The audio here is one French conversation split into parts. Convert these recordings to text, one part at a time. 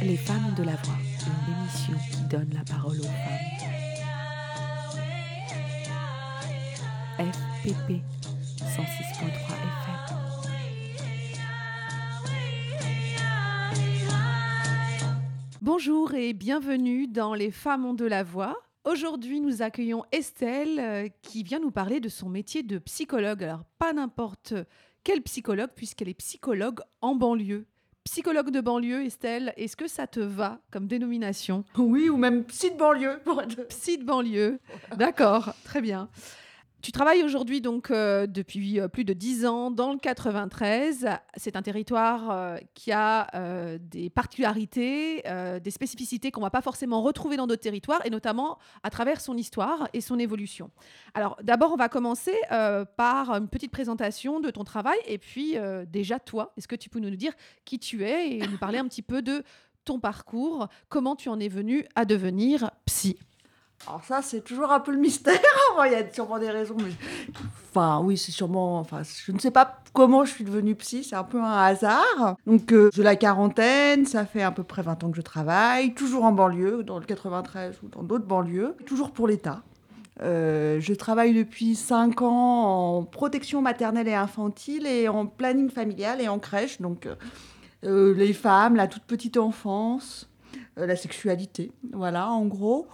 Les femmes de la voix, une émission qui donne la parole aux femmes. FPP 106.3 FM. Bonjour et bienvenue dans Les femmes ont de la voix. Aujourd'hui, nous accueillons Estelle qui vient nous parler de son métier de psychologue. Alors, pas n'importe quel psychologue puisqu'elle est psychologue en banlieue. Psychologue de banlieue, Estelle, est-ce que ça te va comme dénomination ? Oui, ou même psy de banlieue. Psy de banlieue, d'accord, très bien. Tu travailles aujourd'hui donc depuis plus de 10 ans dans le 93. C'est un territoire qui a des particularités, des spécificités qu'on ne va pas forcément retrouver dans d'autres territoires, et notamment à travers son histoire et son évolution. Alors d'abord, on va commencer par une petite présentation de ton travail, et puis déjà toi, est-ce que tu peux nous dire qui tu es et nous parler un petit peu de ton parcours, comment tu en es venue à devenir psy ? Alors ça, c'est toujours un peu le mystère. Il y a sûrement des raisons. Mais... oui, c'est sûrement... je ne sais pas comment je suis devenue psy. C'est un peu un hasard. Donc, j'ai la quarantaine. Ça fait à peu près 20 ans que je travaille. Toujours en banlieue, dans le 93 ou dans d'autres banlieues. Toujours pour l'État. Je travaille depuis 5 ans en protection maternelle et infantile et en planning familial et en crèche. Donc, les femmes, la toute petite enfance, la sexualité. Voilà, en gros...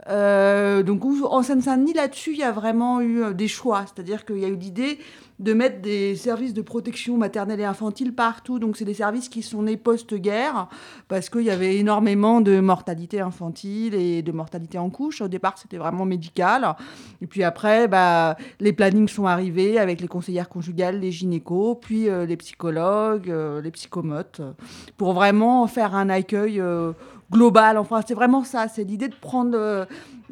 donc en Seine-Saint-Denis, là-dessus, il y a vraiment eu des choix. C'est-à-dire qu'il y a eu l'idée de mettre des services de protection maternelle et infantile partout. Donc c'est des services qui sont nés post-guerre parce qu'il y avait énormément de mortalité infantile et de mortalité en couche. Au départ, c'était vraiment médical. Et puis après, les plannings sont arrivés avec les conseillères conjugales, les gynécos, puis les psychologues, les psychomotes, pour vraiment faire un accueil... global, enfin c'est vraiment ça, c'est l'idée de prendre,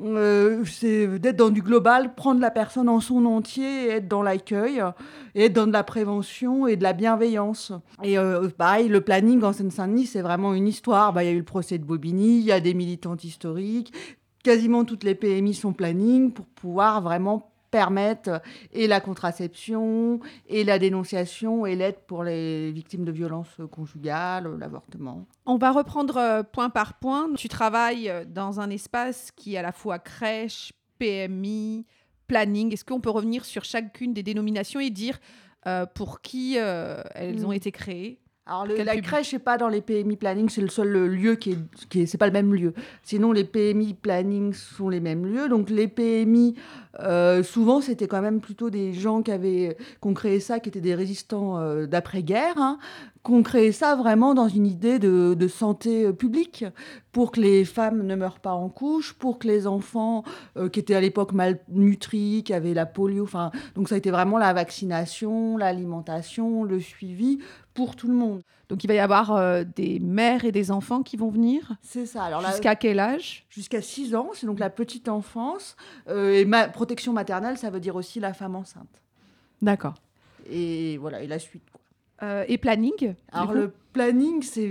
c'est d'être dans du global, prendre la personne en son entier et être dans l'accueil, et être dans de la prévention et de la bienveillance. Et pareil, le planning en Seine-Saint-Denis, c'est vraiment une histoire. Il y a eu le procès de Bobigny, il y a des militantes historiques, quasiment toutes les PMI sont planning pour pouvoir vraiment permettre et la contraception, et la dénonciation, et l'aide pour les victimes de violences conjugales, l'avortement. On va reprendre point par point. Tu travailles dans un espace qui est à la fois crèche, PMI, planning. Est-ce qu'on peut revenir sur chacune des dénominations et dire pour qui elles ont été créées ? Alors, la crèche n'est pas dans les PMI planning, c'est le seul lieu qui est c'est pas le même lieu. Sinon, les PMI planning sont les mêmes lieux. Donc, les PMI, souvent, c'était quand même plutôt des gens qui ont créé ça, qui étaient des résistants d'après-guerre, qui ont créé ça vraiment dans une idée de santé publique, pour que les femmes ne meurent pas en couche, pour que les enfants qui étaient à l'époque malnutris, qui avaient la polio, donc ça a été vraiment la vaccination, l'alimentation, le suivi, pour tout le monde. Donc, il va y avoir des mères et des enfants qui vont venir ? C'est ça. Alors, jusqu'à quel âge ? Jusqu'à 6 ans, c'est donc la petite enfance. Protection maternelle, ça veut dire aussi la femme enceinte. D'accord. Et voilà, et la suite. Et planning ? Alors, le planning, c'est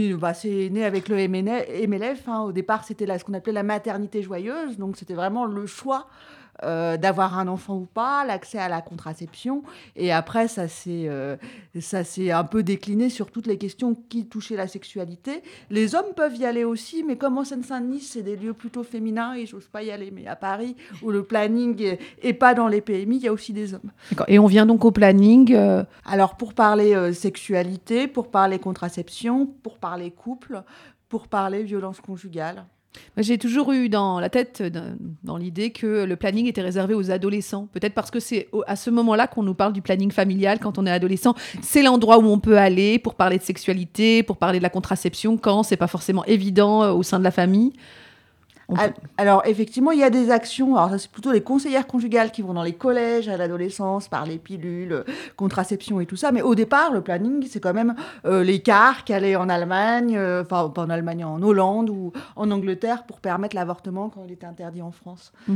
né avec le MLF. Au départ, c'était ce qu'on appelait la maternité joyeuse. Donc, c'était vraiment le choix d'avoir un enfant ou pas, l'accès à la contraception. Et après, ça s'est un peu décliné sur toutes les questions qui touchaient la sexualité. Les hommes peuvent y aller aussi, mais comme en Seine-Saint-Denis, c'est des lieux plutôt féminins et j'ose pas y aller. Mais à Paris, où le planning est pas dans les PMI, il y a aussi des hommes. D'accord. Et on vient donc au planning Alors, pour parler sexualité, pour parler contraception, pour parler couple, pour parler violence conjugale. J'ai toujours eu dans la tête, dans l'idée que le planning était réservé aux adolescents. Peut-être parce que c'est à ce moment-là qu'on nous parle du planning familial quand on est adolescent. C'est l'endroit où on peut aller pour parler de sexualité, pour parler de la contraception, quand c'est pas forcément évident au sein de la famille. Alors, effectivement, il y a des actions. Alors, ça, c'est plutôt les conseillères conjugales qui vont dans les collèges à l'adolescence, par les pilules, contraception et tout ça. Mais au départ, le planning, c'est quand même les CAR qui allaient en Allemagne, pas en Allemagne, en Hollande ou en Angleterre pour permettre l'avortement quand il était interdit en France. Mmh.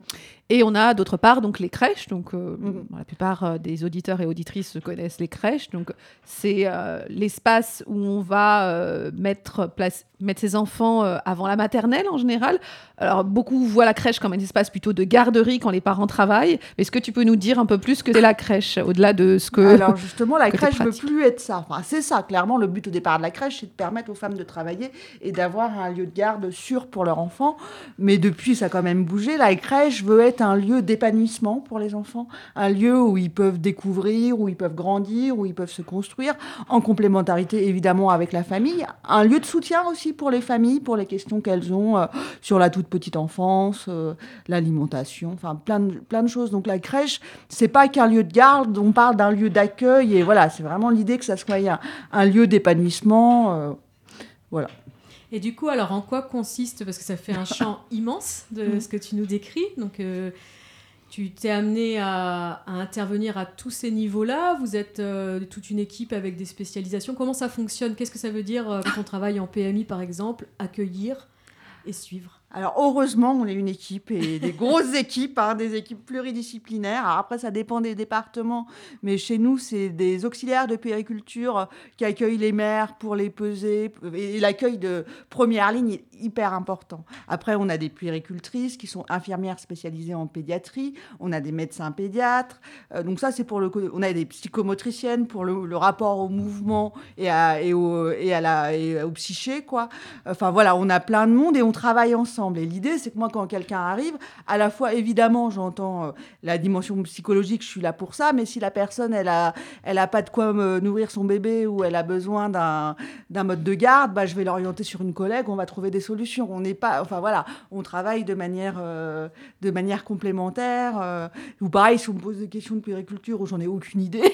Et on a d'autre part donc les crèches. Donc la plupart des auditeurs et auditrices connaissent les crèches. Donc c'est l'espace où on va mettre ses enfants avant la maternelle en général. Alors beaucoup voient la crèche comme un espace plutôt de garderie quand les parents travaillent. Est-ce que tu peux nous dire un peu plus ce que c'est la crèche, au-delà de ce que... Alors justement, la crèche ne veut plus être ça. Enfin, c'est ça, clairement, le but au départ de la crèche, c'est de permettre aux femmes de travailler et d'avoir un lieu de garde sûr pour leurs enfants. Mais depuis, ça a quand même bougé. La crèche veut être un lieu d'épanouissement pour les enfants, un lieu où ils peuvent découvrir, où ils peuvent grandir, où ils peuvent se construire, en complémentarité évidemment avec la famille. Un lieu de soutien aussi pour les familles, pour les questions qu'elles ont sur la toute petite enfance, l'alimentation, enfin plein de choses. Donc la crèche, c'est pas qu'un lieu de garde, on parle d'un lieu d'accueil et voilà, c'est vraiment l'idée que ça soit un lieu d'épanouissement, voilà. Et du coup, alors en quoi consiste, parce que ça fait un champ immense de ce que tu nous décris, donc tu t'es amené à intervenir à tous ces niveaux-là, vous êtes toute une équipe avec des spécialisations, comment ça fonctionne? Qu'est-ce que ça veut dire quand on travaille en PMI par exemple, accueillir et suivre? Alors, heureusement, on est une équipe, et des grosses équipes, des équipes pluridisciplinaires. Alors après, ça dépend des départements, mais chez nous, c'est des auxiliaires de puériculture qui accueillent les mères pour les peser. Et l'accueil de première ligne est hyper important. Après, on a des puéricultrices qui sont infirmières spécialisées en pédiatrie. On a des médecins pédiatres. Donc ça, c'est pour on a des psychomotriciennes pour le rapport au mouvement et au psyché, quoi. Enfin, voilà, on a plein de monde et on travaille ensemble. Et l'idée, c'est que moi, quand quelqu'un arrive, à la fois, évidemment, j'entends la dimension psychologique, je suis là pour ça, mais si la personne, elle a pas de quoi nourrir son bébé ou elle a besoin d'un mode de garde, je vais l'orienter sur une collègue, on va trouver des solutions. On n'est pas... Enfin, voilà, on travaille de manière complémentaire. Ou pareil, si on me pose des questions de puériculture où j'en ai aucune idée,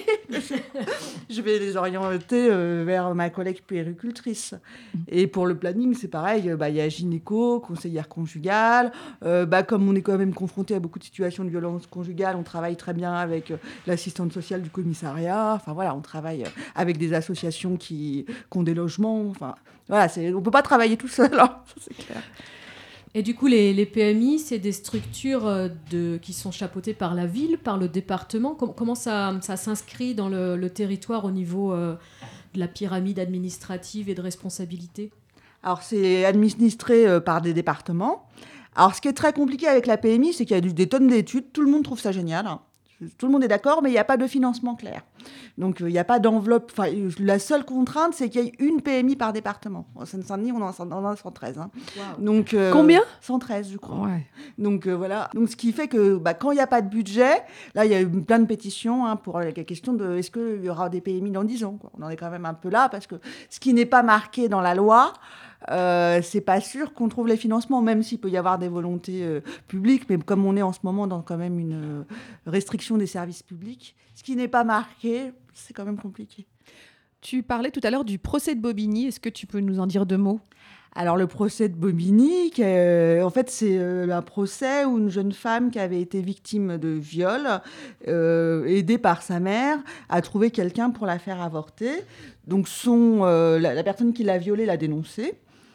je vais les orienter vers ma collègue puéricultrice. Et pour le planning, c'est pareil, il y a gynéco, conseillère conjugale. Comme on est quand même confronté à beaucoup de situations de violence conjugale, on travaille très bien avec l'assistante sociale du commissariat. Enfin voilà, on travaille avec des associations qui ont des logements. Enfin voilà, on peut pas travailler tout seul, hein, ça, c'est clair. Et du coup, les PMI, c'est des structures qui sont chapeautées par la ville, par le département. Comment ça s'inscrit dans le territoire au niveau de la pyramide administrative et de responsabilité? Alors, c'est administré par des départements. Alors, ce qui est très compliqué avec la PMI, c'est qu'il y a des tonnes d'études. Tout le monde trouve ça génial, hein. Tout le monde est d'accord, mais il n'y a pas de financement clair. Donc, il n'y a pas d'enveloppe. Enfin, la seule contrainte, c'est qu'il y ait une PMI par département. En Seine-Saint-Denis, on en a 113. Hein. Wow. Donc, combien? 113, je crois. Ouais. Donc, voilà. Donc, ce qui fait que quand il n'y a pas de budget, là, il y a eu plein de pétitions pour la question de est-ce qu'il y aura des PMI dans 10 ans, quoi. On en est quand même un peu là, parce que ce qui n'est pas marqué dans la loi... c'est pas sûr qu'on trouve les financements, même s'il peut y avoir des volontés publiques, mais comme on est en ce moment dans quand même une restriction des services publics, ce qui n'est pas marqué, c'est quand même compliqué. Tu parlais tout à l'heure du procès de Bobigny, est-ce que tu peux nous en dire 2 mots? Alors le procès de Bobigny, en fait c'est un procès où une jeune femme qui avait été victime de viol, aidée par sa mère, a trouvé quelqu'un pour la faire avorter. Donc la personne qui l'a violée l'a dénoncée.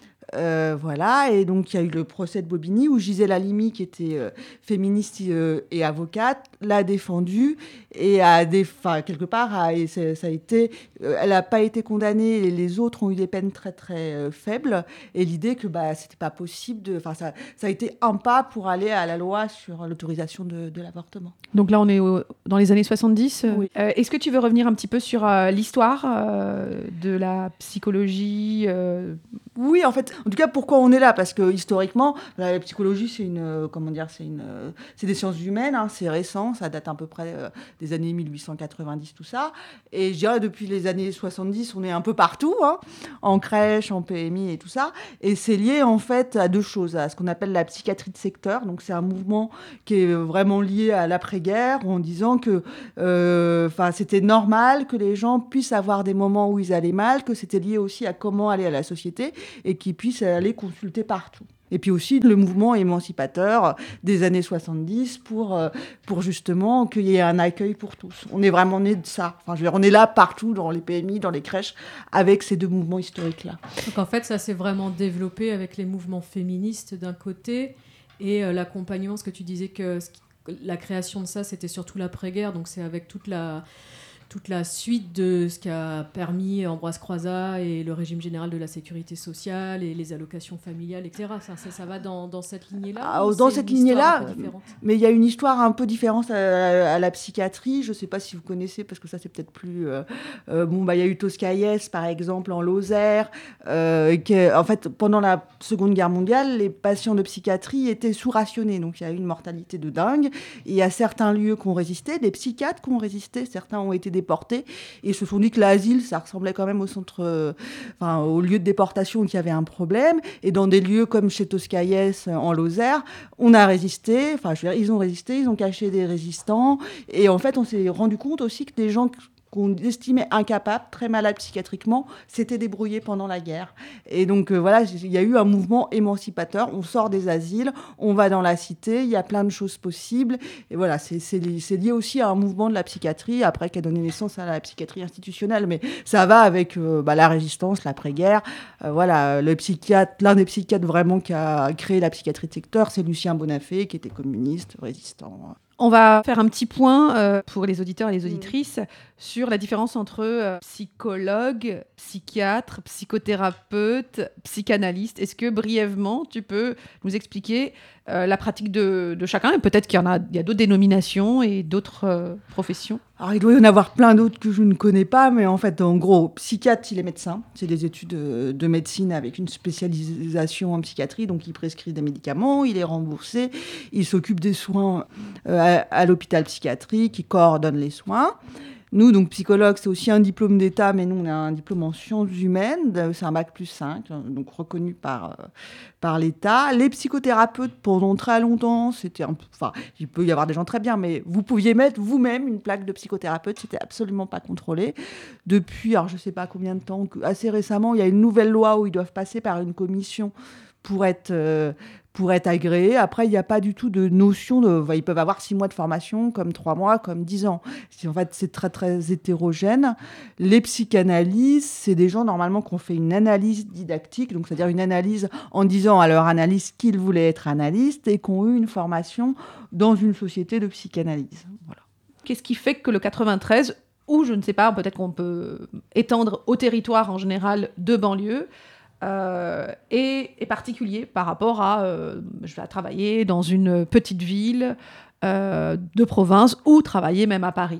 Voilà, et donc il y a eu le procès de Bobigny où Gisèle Halimi, qui était féministe et avocate, l'a défendue et quelque part, ça a été, elle n'a pas été condamnée et les autres ont eu des peines très très faibles. Et l'idée que c'était pas possible, ça a été un pas pour aller à la loi sur l'autorisation de l'avortement. Donc là, on est dans les années 70. Oui. Est-ce que tu veux revenir un petit peu sur l'histoire de la psychologie Oui, en fait, en tout cas, pourquoi on est là? Parce que historiquement, la psychologie, c'est des sciences humaines, hein, c'est récent, ça date à peu près des années 1890, tout ça. Et je dirais, depuis les années 70, on est un peu partout, hein, en crèche, en PMI et tout ça. Et c'est lié, en fait, à 2 choses, à ce qu'on appelle la psychiatrie de secteur. Donc, c'est un mouvement qui est vraiment lié à l'après-guerre, en disant que c'était normal que les gens puissent avoir des moments où ils allaient mal, que c'était lié aussi à comment aller à la société et qu'ils puissent aller consulter partout. Et puis aussi le mouvement émancipateur des années 70 pour justement qu'il y ait un accueil pour tous. On est vraiment né de ça. Enfin, on est là partout, dans les PMI, dans les crèches, avec ces 2 mouvements historiques-là. Donc en fait, ça s'est vraiment développé avec les mouvements féministes d'un côté Et l'accompagnement, ce que tu disais que la création de ça, c'était surtout l'après-guerre, donc c'est avec toute la suite de ce qu'a permis Ambroise Croizat et le régime général de la sécurité sociale et les allocations familiales, etc. Ça va dans cette lignée-là Dans cette lignée-là, mais il y a une histoire un peu différente à la psychiatrie. Je ne sais pas si vous connaissez, parce que ça, c'est peut-être plus... il y a eu Toscaïès, par exemple, en Lozère. En fait, pendant la Seconde Guerre mondiale, les patients de psychiatrie étaient sous-rationnés. Donc, il y a eu une mortalité de dingue. Et il y a certains lieux qui ont résisté, des psychiatres qui ont résisté. Certains ont été déportés et se sont dit que l'asile, ça ressemblait quand même au lieu de déportation où il y avait un problème. Et dans des lieux comme chez Toscaïès en Lozère, on a résisté. Ils ont résisté, ils ont caché des résistants. Et en fait, on s'est rendu compte aussi que des gens qu'on estimait incapables, très malades psychiatriquement, s'étaient débrouillés pendant la guerre. Et donc, il y a eu un mouvement émancipateur. On sort des asiles, on va dans la cité, il y a plein de choses possibles. Et voilà, c'est lié aussi à un mouvement de la psychiatrie, après qui a donné naissance à la psychiatrie institutionnelle. Mais ça va avec la résistance, l'après-guerre. L'un des psychiatres vraiment qui a créé la psychiatrie de secteur, c'est Lucien Bonafé, qui était communiste, résistant. On va faire un petit point pour les auditeurs et les auditrices sur la différence entre psychologue, psychiatre, psychothérapeute, psychanalyste. Est-ce que brièvement, tu peux nous expliquer la pratique de chacun? Et peut-être qu'il y a d'autres dénominations et d'autres professions. Alors, il doit y en avoir plein d'autres que je ne connais pas, mais en fait, en gros, psychiatre, il est médecin. C'est des études de médecine avec une spécialisation en psychiatrie, donc il prescrit des médicaments, il est remboursé, il s'occupe des soins à l'hôpital psychiatrique, il coordonne les soins. Nous, donc psychologue, c'est aussi un diplôme d'État, mais nous, on a un diplôme en sciences humaines, c'est un bac+5, donc reconnu par l'État. Les psychothérapeutes, pendant très longtemps, il peut y avoir des gens très bien, mais vous pouviez mettre vous-même une plaque de psychothérapeute, c'était absolument pas contrôlé. Depuis, alors je sais pas combien de temps, assez récemment, il y a une nouvelle loi où ils doivent passer par une commission pour être agréés. Après, il n'y a pas du tout de notion ils peuvent avoir 6 mois de formation, comme 3 mois, comme 10 ans. En fait, c'est très, très hétérogène. Les psychanalystes, c'est des gens, normalement, qui ont fait une analyse didactique, donc c'est-à-dire une analyse en disant à leur analyste qu'ils voulaient être analystes et qui ont eu une formation dans une société de psychanalyse. Voilà. Qu'est-ce qui fait que le 93, ou je ne sais pas, peut-être qu'on peut étendre au territoire en général de banlieue, est particulier par rapport à je vais travailler dans une petite ville de province ou travailler même à Paris?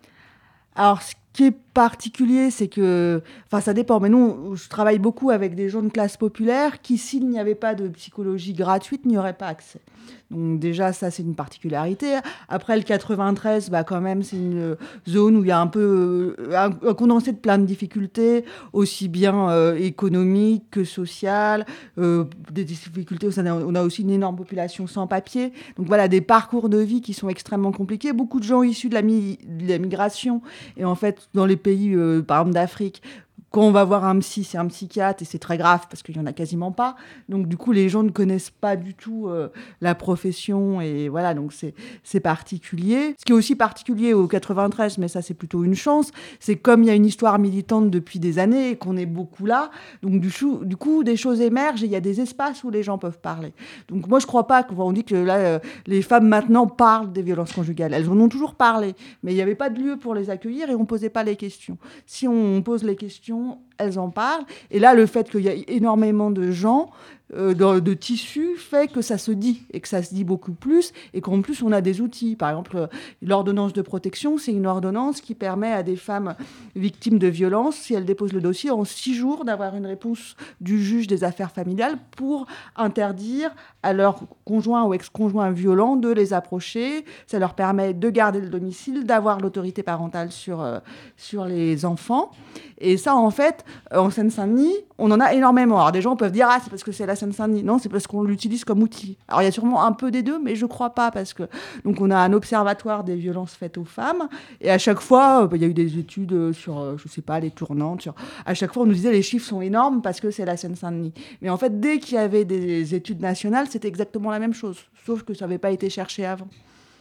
Alors, ce qui est particulier, c'est que... ça dépend, mais nous, je travaille beaucoup avec des gens de classe populaire qui, s'il n'y avait pas de psychologie gratuite, n'y auraient pas accès. Donc déjà, ça, c'est une particularité. Après, le 93, quand même, c'est une zone où il y a un peu un condensé de plein de difficultés, aussi bien économiques que sociales, des difficultés. On a aussi une énorme population sans papier. Donc voilà, des parcours de vie qui sont extrêmement compliqués. Beaucoup de gens issus de la migration. Et en fait, dans les pays, par exemple, d'Afrique, quand on va voir un psy, c'est un psychiatre et c'est très grave parce qu'il n'y en a quasiment pas. Donc, du coup, les gens ne connaissent pas du tout la profession et voilà, donc c'est particulier. Ce qui est aussi particulier au 93, mais ça, c'est plutôt une chance, c'est comme il y a une histoire militante depuis des années et qu'on est beaucoup là, donc du coup, des choses émergent et il y a des espaces où les gens peuvent parler. Donc, moi, je ne crois pas qu'on dit que là, les femmes maintenant parlent des violences conjugales. Elles en ont toujours parlé, mais il n'y avait pas de lieu pour les accueillir et on ne posait pas les questions. Si on pose les questions, elles en parlent. Et là, le fait qu'il y a énormément de gens, de tissus, fait que ça se dit, et que ça se dit beaucoup plus, et qu'en plus, on a des outils. Par exemple, l'ordonnance de protection, c'est une ordonnance qui permet à des femmes victimes de violences, si elles déposent le dossier, en 6 jours, d'avoir une réponse du juge des affaires familiales pour interdire à leur conjoint ou ex-conjoint violent de les approcher. Ça leur permet de garder le domicile, d'avoir l'autorité parentale sur les enfants. Et ça, en fait, en Seine-Saint-Denis, on en a énormément. Alors, des gens peuvent dire « Ah, c'est parce que c'est la Seine-Saint-Denis ». Non, c'est parce qu'on l'utilise comme outil. Alors, il y a sûrement un peu des deux, mais je ne crois pas, parce que... Donc, on a un observatoire des violences faites aux femmes, et à chaque fois, il y a eu des études sur, je ne sais pas, les tournantes. À chaque fois, on nous disait « Les chiffres sont énormes parce que c'est la Seine-Saint-Denis ». Mais en fait, dès qu'il y avait des études nationales, c'était exactement la même chose, sauf que ça n'avait pas été cherché avant.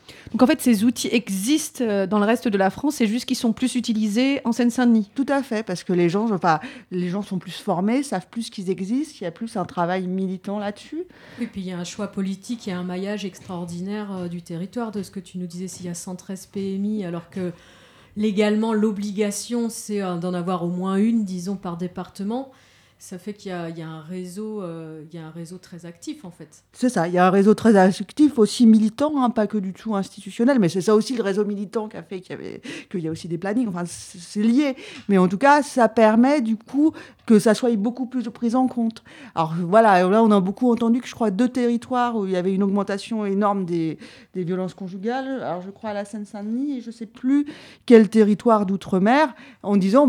Donc en fait, ces outils existent dans le reste de la France, c'est juste qu'ils sont plus utilisés en Seine-Saint-Denis. Tout à fait, parce que les gens sont plus formés, savent plus qu'ils existent, il y a plus un travail militant là-dessus. Et puis il y a un choix politique et un maillage extraordinaire du territoire, de ce que tu nous disais, s'il y a 113 PMI, alors que légalement, l'obligation, c'est d'en avoir au moins une, disons, par département. Ça fait qu'il y a un réseau très actif, en fait. C'est ça, il y a un réseau très actif, aussi militant, hein, pas que du tout institutionnel, mais c'est ça aussi le réseau militant qui a fait qu'il y a aussi des plannings, enfin c'est lié. Mais en tout cas, ça permet du coup que ça soit beaucoup plus pris en compte. Alors voilà, là on a beaucoup entendu que je crois 2 territoires où il y avait une augmentation énorme des violences conjugales. Alors je crois à la Seine-Saint-Denis et je sais plus quel territoire d'outre-mer, en disant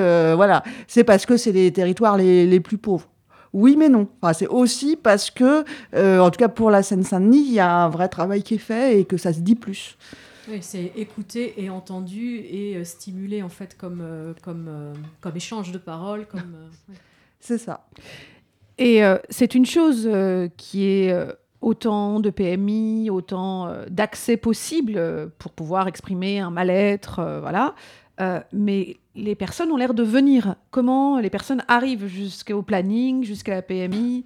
c'est parce que c'est les territoires les plus pauvres. Oui, mais non. Enfin, c'est aussi parce que, en tout cas pour la Seine-Saint-Denis, il y a un vrai travail qui est fait et que ça se dit plus. Oui, c'est écouté et entendu et stimulé en fait comme échange de paroles. Ouais. C'est ça. Et c'est une chose qui est autant de PMI, autant d'accès possible pour pouvoir exprimer un mal-être, voilà. Mais les personnes ont l'air de venir. Comment les personnes arrivent jusqu'au planning, jusqu'à la PMI?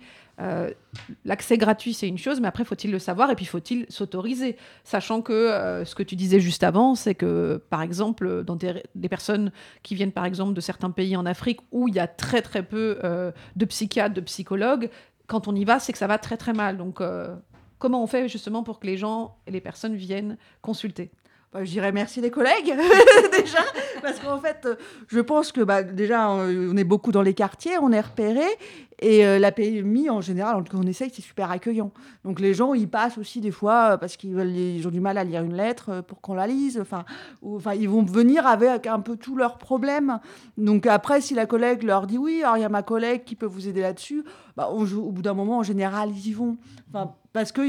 L'accès gratuit, c'est une chose, mais après, faut-il le savoir et puis faut-il s'autoriser? Sachant que ce que tu disais juste avant, c'est que, par exemple, des personnes qui viennent, par exemple, de certains pays en Afrique où il y a très, très peu de psychiatres, de psychologues, quand on y va, c'est que ça va très, très mal. Donc, comment on fait justement pour que les gens et les personnes viennent consulter? Je dirais merci les collègues, déjà, parce qu'en fait, je pense que déjà, on est beaucoup dans les quartiers, on est repérés, et la PMI, en général, en tout cas, on essaye, c'est super accueillant. Donc les gens, ils passent aussi des fois, parce ils ont du mal à lire une lettre pour qu'on la lise, enfin, ils vont venir avec un peu tous leurs problèmes. Donc après, si la collègue leur dit oui, alors il y a ma collègue qui peut vous aider là-dessus, au bout d'un moment, en général, ils y vont. Enfin, parce que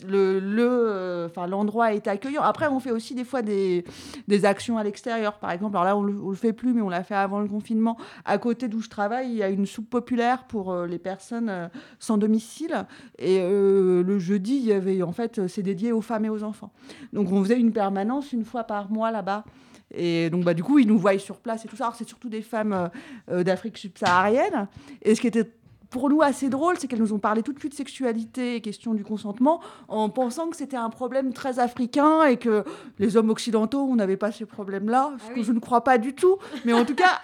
l'endroit est accueillant. Après, on fait aussi des fois des actions à l'extérieur. Par exemple, alors là, on le fait plus, mais on l'a fait avant le confinement. À côté d'où je travaille, il y a une soupe populaire pour les personnes sans domicile. Et le jeudi, il y avait, en fait, c'est dédié aux femmes et aux enfants. Donc, on faisait une permanence une fois par mois là-bas. Et donc, du coup, ils nous voient sur place et tout ça. Alors, c'est surtout des femmes d'Afrique subsaharienne. Et ce qui était pour nous assez drôle, c'est qu'elles nous ont parlé tout de suite de sexualité et question du consentement en pensant que c'était un problème très africain et que les hommes occidentaux, on n'avait pas ces problèmes-là, ce que je ne crois pas du tout. Mais en tout cas,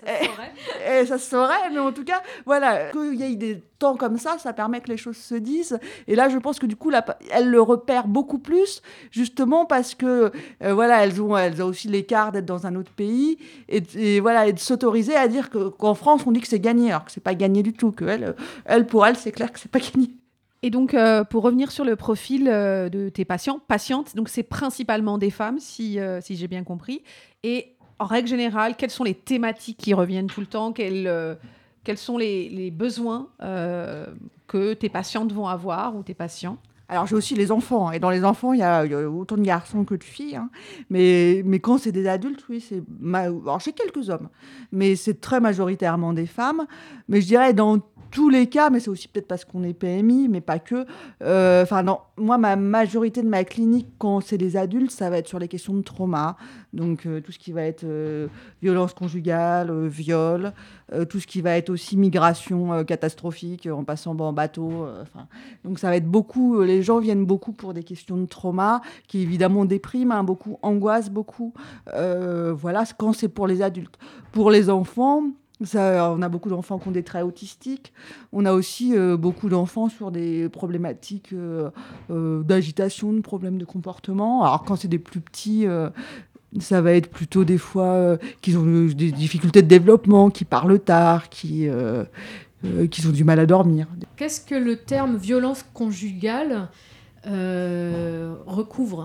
ça se saurait, mais en tout cas, voilà, qu'il y ait des temps comme ça permet que les choses se disent. Et là, je pense que du coup, elles le repèrent beaucoup plus, justement parce que, elles ont aussi l'écart d'être dans un autre pays et de s'autoriser à dire qu'en France, on dit que c'est gagné, alors que c'est pas gagné du tout, que pour elle, c'est clair que c'est pas gagné. Et donc, pour revenir sur le profil de tes patientes, donc c'est principalement des femmes, si j'ai bien compris. Et en règle générale, quelles sont les thématiques qui reviennent tout le temps? Quels sont les besoins que tes patientes vont avoir ou tes patients? Alors, j'ai aussi les enfants. Et dans les enfants, il y a autant de garçons que de filles. Hein. Mais quand c'est des adultes, oui, alors, j'ai quelques hommes. Mais c'est très majoritairement des femmes. Mais je dirais dans tous les cas, mais c'est aussi peut-être parce qu'on est PMI, mais pas que. Moi, ma majorité de ma clinique, quand c'est des adultes, ça va être sur les questions de trauma. Donc, tout ce qui va être violence conjugale, viol, tout ce qui va être aussi migration catastrophique, en passant en bateau. Donc, ça va être beaucoup. Les gens viennent beaucoup pour des questions de trauma, qui évidemment dépriment, hein, beaucoup angoissent beaucoup. Quand c'est pour les adultes. Pour les enfants, on a beaucoup d'enfants qui ont des traits autistiques. On a aussi beaucoup d'enfants sur des problématiques d'agitation, de problèmes de comportement. Alors, quand c'est des plus petits... ça va être plutôt des fois qu'ils ont des difficultés de développement, qui parlent tard, qui ont du mal à dormir. Qu'est-ce que le terme violence conjugale recouvre ?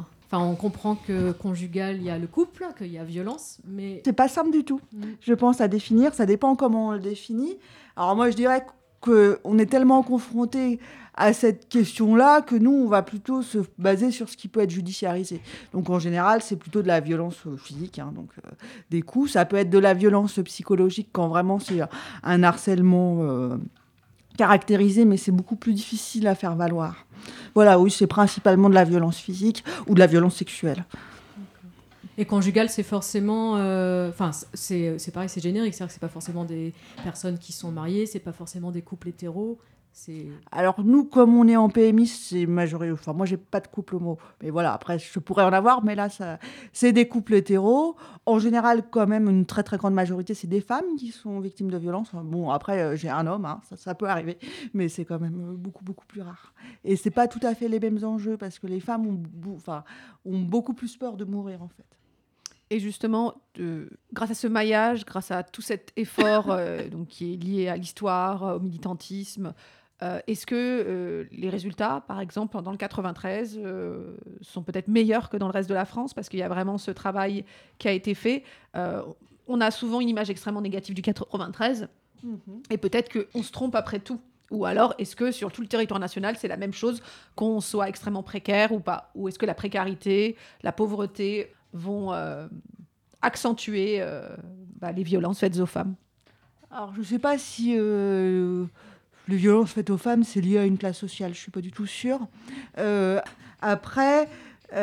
Enfin, on comprend que conjugal, il y a le couple, qu'il y a violence, mais... C'est pas simple du tout, je pense, à définir. Ça dépend comment on le définit. Alors moi, je dirais qu'on est tellement confronté à cette question-là que nous, on va plutôt se baser sur ce qui peut être judiciarisé. Donc en général, c'est plutôt de la violence physique, hein, donc des coups. Ça peut être de la violence psychologique quand vraiment c'est un harcèlement caractérisé, mais c'est beaucoup plus difficile à faire valoir. Voilà, oui, c'est principalement de la violence physique ou de la violence sexuelle. Et conjugal, c'est forcément... c'est pareil, c'est générique. C'est-à-dire que c'est pas forcément des personnes qui sont mariées, c'est pas forcément des couples hétéros. Alors nous, comme on est en PMI, c'est majoritaire. Enfin, moi, j'ai pas de couple homo. Mais voilà, après, je pourrais en avoir, mais là, c'est des couples hétéros. En général, quand même, une très, très grande majorité, c'est des femmes qui sont victimes de violences. Bon, après, j'ai un homme, hein, ça peut arriver, mais c'est quand même beaucoup, beaucoup plus rare. Et c'est pas tout à fait les mêmes enjeux, parce que les femmes ont beaucoup plus peur de mourir, en fait. Et justement, grâce à ce maillage, grâce à tout cet effort donc, qui est lié à l'histoire, au militantisme, est-ce que les résultats, par exemple, dans le 93, sont peut-être meilleurs que dans le reste de la France, parce qu'il y a vraiment ce travail qui a été fait. On a souvent une image extrêmement négative du 93, et peut-être qu'on se trompe après tout. Ou alors, est-ce que sur tout le territoire national, c'est la même chose, qu'on soit extrêmement précaire ou pas? Ou est-ce que la précarité, la pauvreté vont accentuer les violences faites aux femmes? Alors, je ne sais pas si les violences faites aux femmes, c'est lié à une classe sociale. Je ne suis pas du tout sûre. Après,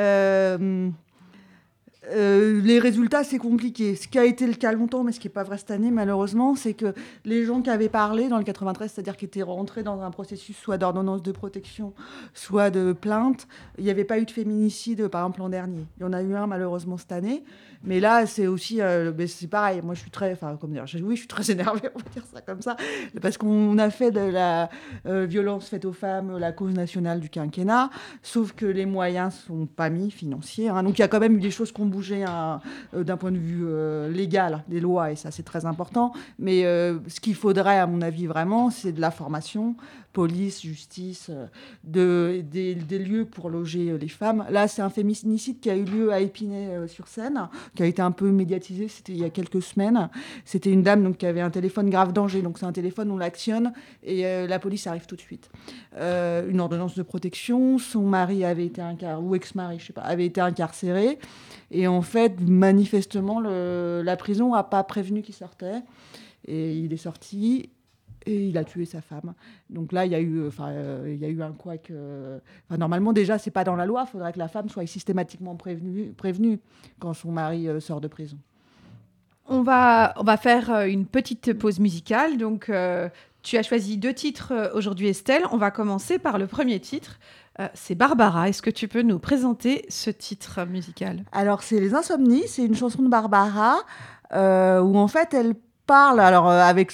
les résultats, c'est compliqué. Ce qui a été le cas longtemps, mais ce qui n'est pas vrai cette année, malheureusement, c'est que les gens qui avaient parlé dans le 93, c'est-à-dire qui étaient rentrés dans un processus soit d'ordonnance de protection, soit de plainte, il n'y avait pas eu de féminicide, par exemple, l'an dernier. Il y en a eu un, malheureusement, cette année. Mais là, c'est aussi... c'est pareil. Moi, je suis très... Enfin, comment dire, je suis très énervée, on va dire ça comme ça. Parce qu'on a fait de la violence faite aux femmes la cause nationale du quinquennat, sauf que les moyens ne sont pas mis financiers. Hein. Donc, il y a quand même eu des choses qui ont bougé d'un point de vue légal, des lois, et ça, c'est très important. Mais ce qu'il faudrait, à mon avis, vraiment, c'est de la formation, police, justice, des lieux pour loger les femmes. Là, c'est un féminicide qui a eu lieu à Épinay-sur-Seine, qui a été un peu médiatisé, c'était il y a quelques semaines. C'était une dame donc, qui avait un téléphone grave danger, donc c'est un téléphone, on l'actionne et la police arrive tout de suite. Une ordonnance de protection, son mari avait été ou ex-mari, je sais pas, avait été incarcéré, et en fait, manifestement, la prison n'a pas prévenu qu'il sortait, et il est sorti. Et il a tué sa femme. Donc là, il y a eu un couac. Normalement, déjà, c'est pas dans la loi. Il faudrait que la femme soit systématiquement prévenue quand son mari sort de prison. On va faire une petite pause musicale. Donc, tu as choisi 2 titres aujourd'hui, Estelle. On va commencer par le premier titre. C'est Barbara. Est-ce que tu peux nous présenter ce titre musical ? Alors, c'est Les Insomnies. C'est une chanson de Barbara où, en fait, elle parle, alors avec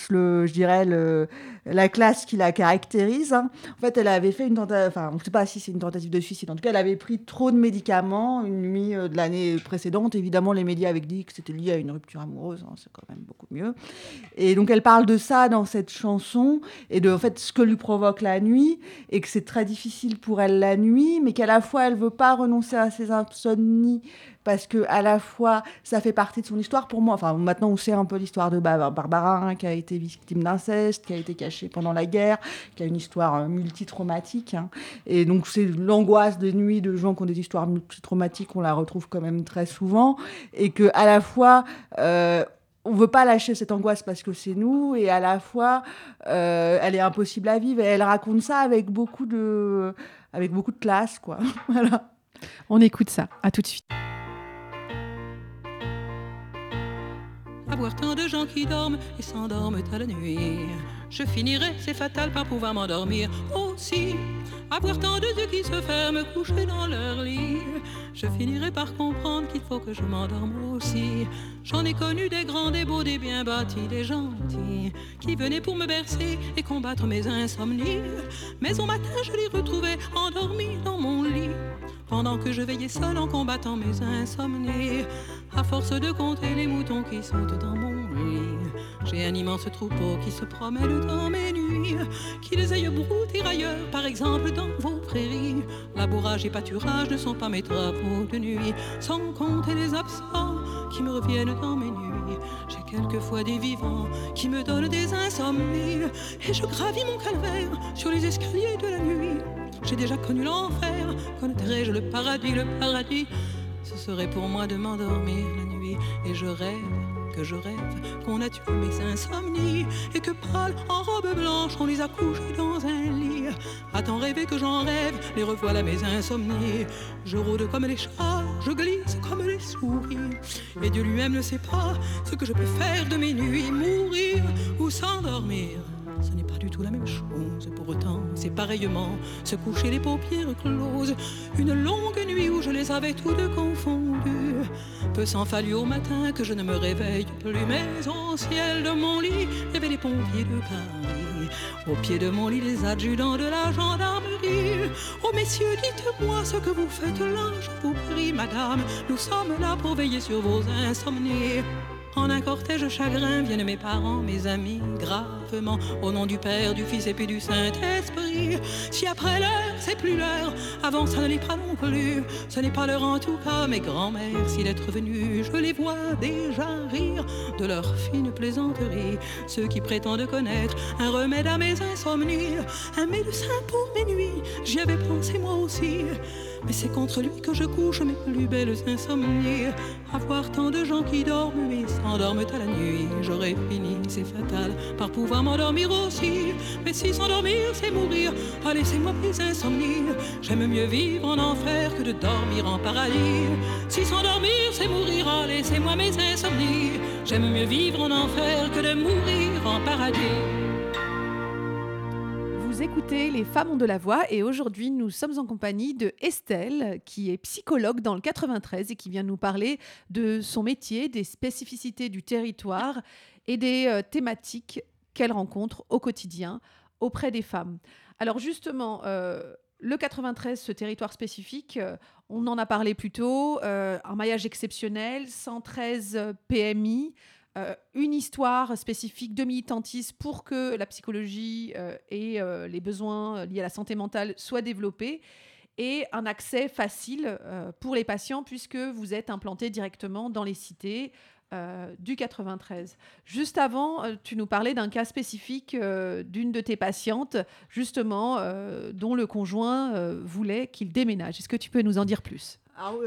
la classe qui la caractérise. Hein. En fait, elle avait fait une tentative, enfin, je ne sais pas si c'est une tentative de suicide. En tout cas, elle avait pris trop de médicaments une nuit de l'année précédente. Évidemment, les médias avaient dit que c'était lié à une rupture amoureuse. Hein, c'est quand même beaucoup mieux. Et donc, elle parle de ça dans cette chanson et de en fait ce que lui provoque la nuit et que c'est très difficile pour elle la nuit, mais qu'à la fois elle veut pas renoncer à ses insomnies parce que à la fois ça fait partie de son histoire pour moi. Enfin, maintenant on sait un peu l'histoire de Barbara, hein, qui a été victime d'inceste, qui a été cachée pendant la guerre, qui a une histoire multitraumatique. Hein. Et donc c'est l'angoisse des nuits de gens qui ont des histoires multitraumatiques, on la retrouve quand même très souvent, et que à la fois on veut pas lâcher cette angoisse parce que c'est nous, et à la fois elle est impossible à vivre, et elle raconte ça avec beaucoup de classe, quoi. Voilà. On écoute ça. À tout de suite. À voir tant de gens qui dorment et s'endorment à la nuit, je finirai, c'est fatal, par pouvoir m'endormir aussi. À voir tant de yeux qui se ferment couchés dans leur lit, je finirai par comprendre qu'il faut que je m'endorme aussi. J'en ai connu des grands, des beaux, des bien bâtis, des gentils, qui venaient pour me bercer et combattre mes insomnies. Mais au matin je les retrouvais endormis dans mon lit, pendant que je veillais seul en combattant mes insomnies. À force de compter les moutons qui sautent dans mon lit, j'ai un immense troupeau qui se promène dans mes nuits. Qu'ils aillent brouter ailleurs, par exemple dans vos prairies, labourage et pâturage ne sont pas mes travaux de nuit. Sans compter les absents qui me reviennent dans mes nuits, j'ai quelquefois des vivants qui me donnent des insomnies. Et je gravis mon calvaire sur les escaliers de la nuit. J'ai déjà connu l'enfer, connaîtrai-je le paradis? Le paradis, ce serait pour moi de m'endormir la nuit. Et je rêve que je rêve qu'on a tué mes insomnies et que pâles en robe blanche on les a couchés dans un lit. À tant rêver que j'en rêve, les revoilà mes insomnies. Je rôde comme les chats, je glisse comme les souris. Et Dieu lui-même ne sait pas ce que je peux faire de mes nuits, mourir ou s'endormir. Ce n'est pas du tout la même chose, pour autant c'est pareillement se coucher les paupières closes. Une longue nuit où je les avais toutes confondues. Peu s'en fallut au matin que je ne me réveille plus, mais au ciel de mon lit, il y avait les pompiers de Paris. Au pied de mon lit, les adjudants de la gendarmerie. Oh messieurs, dites-moi ce que vous faites là, je vous prie madame, nous sommes là pour veiller sur vos insomnies. En un cortège chagrin viennent mes parents, mes amis, gravement, au nom du Père, du Fils et puis du Saint-Esprit. Si après l'heure, c'est plus l'heure, avant ça ne l'est pas non plus. Ce n'est pas l'heure en tout cas, mes grands-mères, s'il est revenu, je les vois déjà rire de leur fine plaisanterie. Ceux qui prétendent connaître un remède à mes insomnies, un médecin pour mes nuits, j'y avais pensé moi aussi. Mais c'est contre lui que je couche mes plus belles insomnies. Avoir tant de gens qui dorment et s'endorment à la nuit. J'aurais fini, c'est fatal, par pouvoir m'endormir aussi. Mais si s'endormir c'est mourir, ah laissez-moi mes insomnies. J'aime mieux vivre en enfer que de dormir en paradis. Si s'endormir c'est mourir, ah laissez-moi mes insomnies. J'aime mieux vivre en enfer que de mourir en paradis. Vous écoutez Les Femmes ont de la voix et aujourd'hui nous sommes en compagnie de Estelle qui est psychologue dans le 93 et qui vient nous parler de son métier, des spécificités du territoire et des thématiques qu'elle rencontre au quotidien auprès des femmes. Alors justement, le 93, ce territoire spécifique, on en a parlé plus tôt, un maillage exceptionnel, 113 PMI, une histoire spécifique de militantisme pour que la psychologie et les besoins liés à la santé mentale soient développés et un accès facile pour les patients puisque vous êtes implanté directement dans les cités du 93. Juste avant, tu nous parlais d'un cas spécifique d'une de tes patientes, justement, dont le conjoint voulait qu'il déménage. Est-ce que tu peux nous en dire plus ? Ah oui,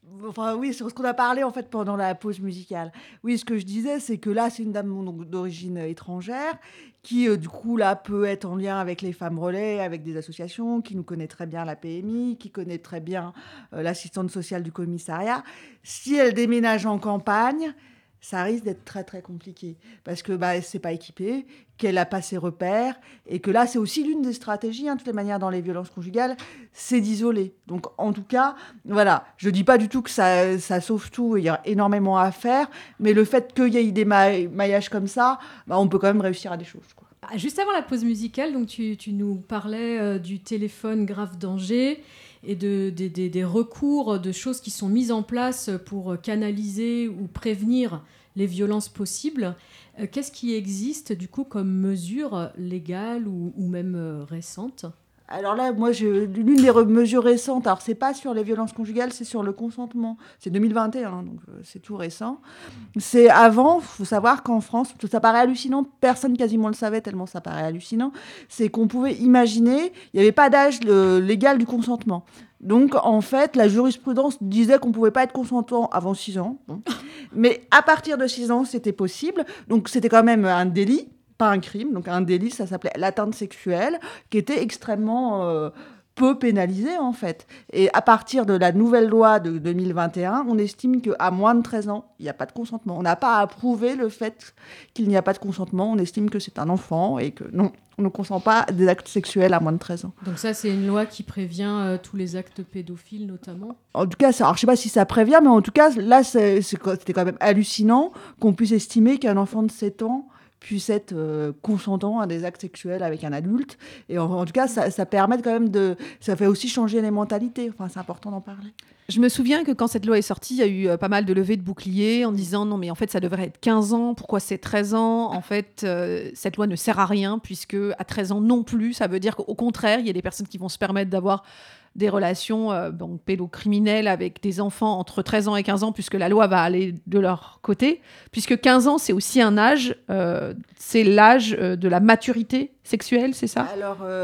oui, c'est ce qu'on a parlé en fait pendant la pause musicale. Oui, ce que je disais, c'est que là, c'est une dame donc, d'origine étrangère qui, du coup, là, peut être en lien avec les femmes relais, avec des associations, qui nous connaît très bien la PMI, qui connaît très bien l'assistante sociale du commissariat. Si elle déménage en campagne, ça risque d'être très, très compliqué parce que c'est pas équipé, qu'elle n'a pas ses repères et que là, c'est aussi l'une des stratégies, de toutes les manières, dans les violences conjugales, c'est d'isoler. Donc, en tout cas, voilà, je dis pas du tout que ça sauve tout, il y a énormément à faire, mais le fait qu'il y ait des maillages comme ça, on peut quand même réussir à des choses, quoi. Juste avant la pause musicale, donc tu nous parlais du téléphone grave danger et des recours, de choses qui sont mises en place pour canaliser ou prévenir les violences possibles. Qu'est-ce qui existe du coup comme mesures légales ou même récentes ? Alors là, moi, l'une des mesures récentes, alors c'est pas sur les violences conjugales, c'est sur le consentement. C'est 2021, donc c'est tout récent. C'est avant, il faut savoir qu'en France, ça paraît hallucinant, personne quasiment le savait tellement ça paraît hallucinant, c'est qu'on pouvait imaginer, il n'y avait pas d'âge légal du consentement. Donc, en fait, la jurisprudence disait qu'on ne pouvait pas être consentant avant 6 ans. Bon. Mais à partir de 6 ans, c'était possible. Donc, c'était quand même un délit. Pas un crime, donc un délit, ça s'appelait l'atteinte sexuelle, qui était extrêmement peu pénalisé en fait. Et à partir de la nouvelle loi de 2021, on estime qu'à moins de 13 ans, il n'y a pas de consentement. On n'a pas à prouver le fait qu'il n'y a pas de consentement, on estime que c'est un enfant et que non, on ne consent pas à des actes sexuels à moins de 13 ans. Donc ça, c'est une loi qui prévient tous les actes pédophiles notamment ? En tout cas, alors je ne sais pas si ça prévient, mais en tout cas, là, c'était quand même hallucinant qu'on puisse estimer qu'un enfant de 7 ans puisse être consentant à des actes sexuels avec un adulte. Et en tout cas, ça permet quand même ça fait aussi changer les mentalités. Enfin, c'est important d'en parler. Je me souviens que quand cette loi est sortie, il y a eu pas mal de levées de boucliers en disant non, mais en fait, ça devrait être 15 ans. Pourquoi c'est 13 ans ? En fait, cette loi ne sert à rien puisque à 13 ans non plus, ça veut dire qu'au contraire, il y a des personnes qui vont se permettre d'avoir des relations pédocriminelles avec des enfants entre 13 ans et 15 ans, puisque la loi va aller de leur côté, puisque 15 ans, c'est aussi un âge, c'est l'âge de la maturité sexuelle, c'est ça ? Alors,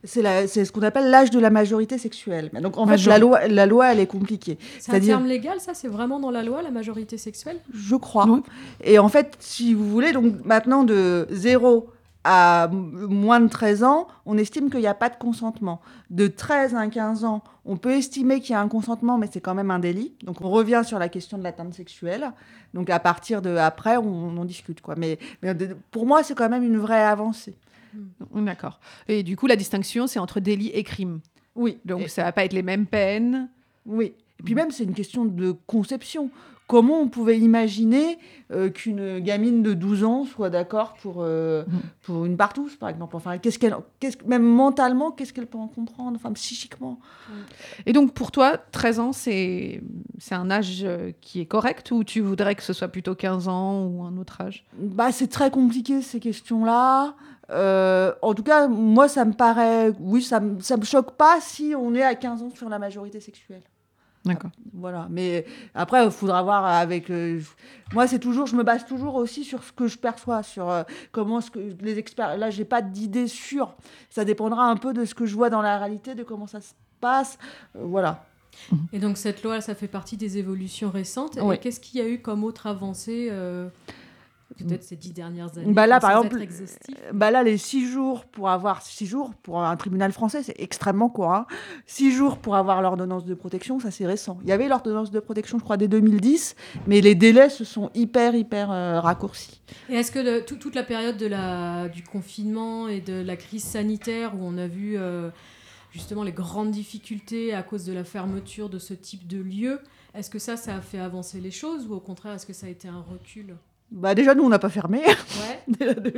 C'est ce qu'on appelle l'âge de la majorité sexuelle. Donc en fait, Majorité. la loi, elle est compliquée. C'est un terme légal, ça? C'est vraiment dans la loi, la majorité sexuelle? Je crois. Oui. Et en fait, si vous voulez, donc maintenant de 0 à moins de 13 ans, on estime qu'il n'y a pas de consentement. De 13 à 15 ans, on peut estimer qu'il y a un consentement, mais c'est quand même un délit. Donc on revient sur la question de l'atteinte sexuelle. Donc à partir de après, on en discute, quoi. Mais pour moi, c'est quand même une vraie avancée. D'accord. Et du coup, la distinction, c'est entre délit et crime. Oui. Donc, ça va pas être les mêmes peines. Oui. Et puis même, c'est une question de conception. Comment on pouvait imaginer qu'une gamine de 12 ans soit d'accord pour une partouze, par exemple? Enfin, même mentalement, qu'est-ce qu'elle peut en comprendre? Enfin, psychiquement. Et donc, pour toi, 13 ans, c'est un âge qui est correct, ou tu voudrais que ce soit plutôt 15 ans ou un autre âge? Bah, c'est très compliqué, ces questions-là. En tout cas, moi, ça me paraît... Oui, ça me choque pas si on est à 15 ans sur la majorité sexuelle. D'accord. Voilà. Mais après, il faudra voir avec... Moi, c'est toujours... Je me base toujours aussi sur ce que je perçois, sur comment les experts... Là, j'ai pas d'idée sûre. Ça dépendra un peu de ce que je vois dans la réalité, de comment ça se passe. Voilà. Et donc, cette loi, ça fait partie des évolutions récentes. Oui. Et qu'est-ce qu'il y a eu comme autre avancée peut-être ces 10 dernières années? Bah là, sans par être exemple, exhaustif. là, les 6 jours pour un tribunal français, c'est extrêmement court. Hein. 6 jours pour avoir l'ordonnance de protection, ça c'est récent. Il y avait l'ordonnance de protection, je crois, dès 2010, mais les délais se sont hyper raccourcis. Et est-ce que toute la période du confinement et de la crise sanitaire, où on a vu justement les grandes difficultés à cause de la fermeture de ce type de lieu, est-ce que ça a fait avancer les choses, ou au contraire, est-ce que ça a été un recul? Bah déjà, nous, on n'a pas fermé. Ouais. Déjà de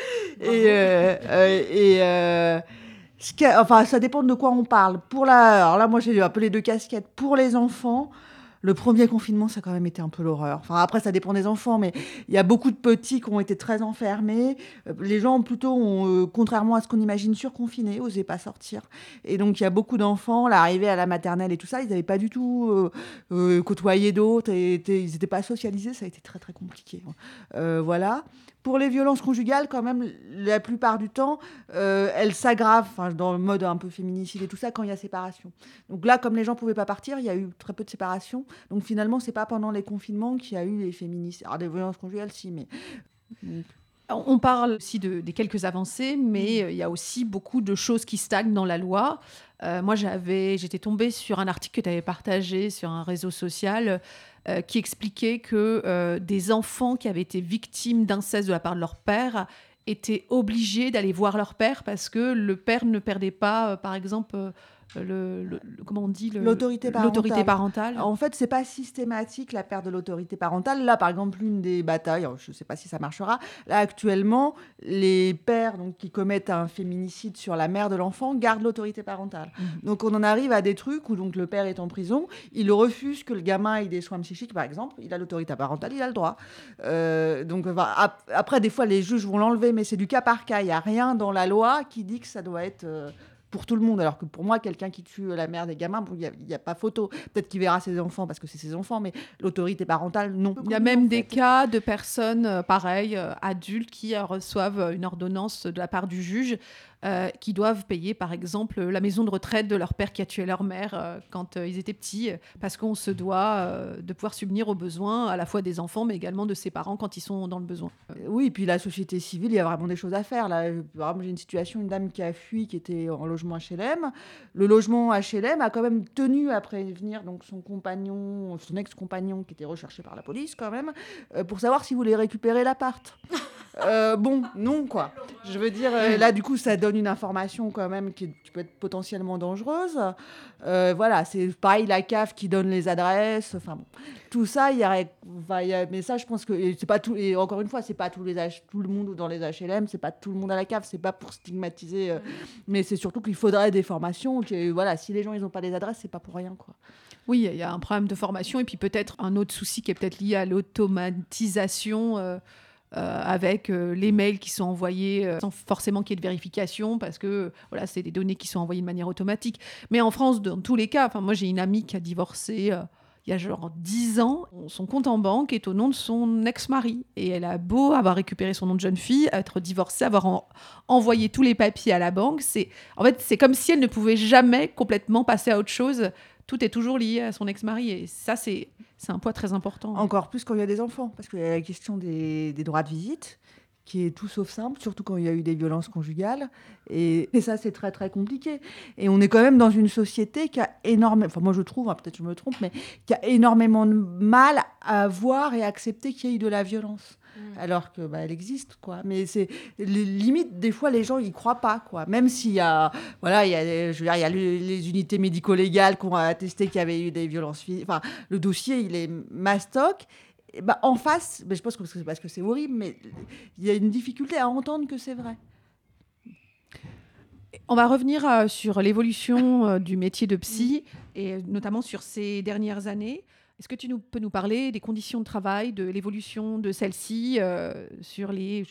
une. Enfin, ça dépend de quoi on parle. Alors là, moi, j'ai un peu les deux casquettes. Pour les enfants, le premier confinement, ça a quand même été un peu l'horreur. Enfin, après, ça dépend des enfants, mais il y a beaucoup de petits qui ont été très enfermés. Les gens, plutôt, ont, contrairement à ce qu'on imagine, surconfinés, n'osaient pas sortir. Et donc, il y a beaucoup d'enfants, l'arrivée à la maternelle et tout ça, ils n'avaient pas du tout côtoyé d'autres, et ils n'étaient pas socialisés, ça a été très, très compliqué. Voilà. Pour les violences conjugales, quand même, la plupart du temps, elles s'aggravent, dans le mode un peu féminicide et tout ça, quand il y a séparation. Donc là, comme les gens ne pouvaient pas partir, il y a eu très peu de séparation. Donc finalement, ce n'est pas pendant les confinements qu'il y a eu les féminicides. Alors des violences conjugales, si, mais... On parle aussi des quelques avancées, mais il y a aussi beaucoup de choses qui stagnent dans la loi. Moi, j'étais tombée sur un article que tu avais partagé sur un réseau social qui expliquait que des enfants qui avaient été victimes d'inceste de la part de leur père étaient obligés d'aller voir leur père parce que le père ne perdait pas, par exemple... comment on dit l'autorité parentale. En fait, c'est pas systématique la perte de l'autorité parentale. Là, par exemple, une des batailles, je sais pas si ça marchera. Là, actuellement, les pères qui commettent un féminicide sur la mère de l'enfant gardent l'autorité parentale. Donc, on en arrive à des trucs où le père est en prison, il refuse que le gamin ait des soins psychiques, par exemple. Il a l'autorité parentale, il a le droit. Après, des fois, les juges vont l'enlever, mais c'est du cas par cas. Il y a rien dans la loi qui dit que ça doit être pour tout le monde, alors que pour moi, quelqu'un qui tue la mère des gamins, il n'y a pas photo. Peut-être qu'il verra ses enfants parce que c'est ses enfants, mais l'autorité parentale, non. Il y a même des cas de personnes, pareil, adultes, qui reçoivent une ordonnance de la part du juge, qui doivent payer, par exemple, la maison de retraite de leur père qui a tué leur mère quand ils étaient petits, parce qu'on se doit de pouvoir subvenir aux besoins à la fois des enfants, mais également de ses parents quand ils sont dans le besoin. Oui, et puis la société civile, il y a vraiment des choses à faire. Là, par exemple, j'ai une situation, une dame qui a fui, qui était en logement HLM. Le logement HLM a quand même tenu à prévenir son compagnon, son ex-compagnon, qui était recherché par la police quand même, pour savoir s'il voulait récupérer l'appart. Non, quoi. Je veux dire, là, du coup, ça donne une information quand même qui peut être potentiellement dangereuse. Voilà, c'est pareil, la CAF qui donne les adresses. Enfin, bon. Tout ça, mais ça, je pense que c'est pas tout. Et encore une fois, c'est pas tout le monde dans les HLM, c'est pas tout le monde à la CAF, c'est pas pour stigmatiser. Mais c'est surtout qu'il faudrait des formations. Voilà, si les gens ils n'ont pas les adresses, c'est pas pour rien, quoi. Oui, il y a un problème de formation et puis peut-être un autre souci qui est peut-être lié à l'automatisation. Avec les mails qui sont envoyés sans forcément qu'il y ait de vérification parce que voilà, c'est des données qui sont envoyées de manière automatique. Mais en France, dans tous les cas, moi j'ai une amie qui a divorcé il y a genre 10 ans, son compte en banque est au nom de son ex-mari. Et elle a beau avoir récupéré son nom de jeune fille, être divorcée, avoir envoyé tous les papiers à la banque. En fait, c'est comme si elle ne pouvait jamais complètement passer à autre chose. Tout est toujours lié à son ex-mari. Et ça, c'est un poids très important. Encore plus quand il y a des enfants, parce qu'il y a la question des droits de visite, qui est tout sauf simple, surtout quand il y a eu des violences conjugales. Et ça, c'est très, très compliqué. Et on est quand même dans une société qui a énormément... Enfin, moi, je trouve, peut-être je me trompe, mais qui a énormément de mal à voir et accepter qu'il y ait eu de la violence. Alors que elle existe, quoi. Mais c'est limite, des fois, les gens y croient pas, quoi. Même s'il y a, voilà, il y a les unités médico-légales qui ont attesté qu'il y avait eu des violences physiques. Enfin, le dossier, il est mastoc. Et en face, je pense que c'est parce que c'est horrible, mais il y a une difficulté à entendre que c'est vrai. On va revenir sur l'évolution du métier de psy, et notamment sur ces dernières années. Est-ce que tu peux nous parler des conditions de travail, de l'évolution de celle-ci sur les,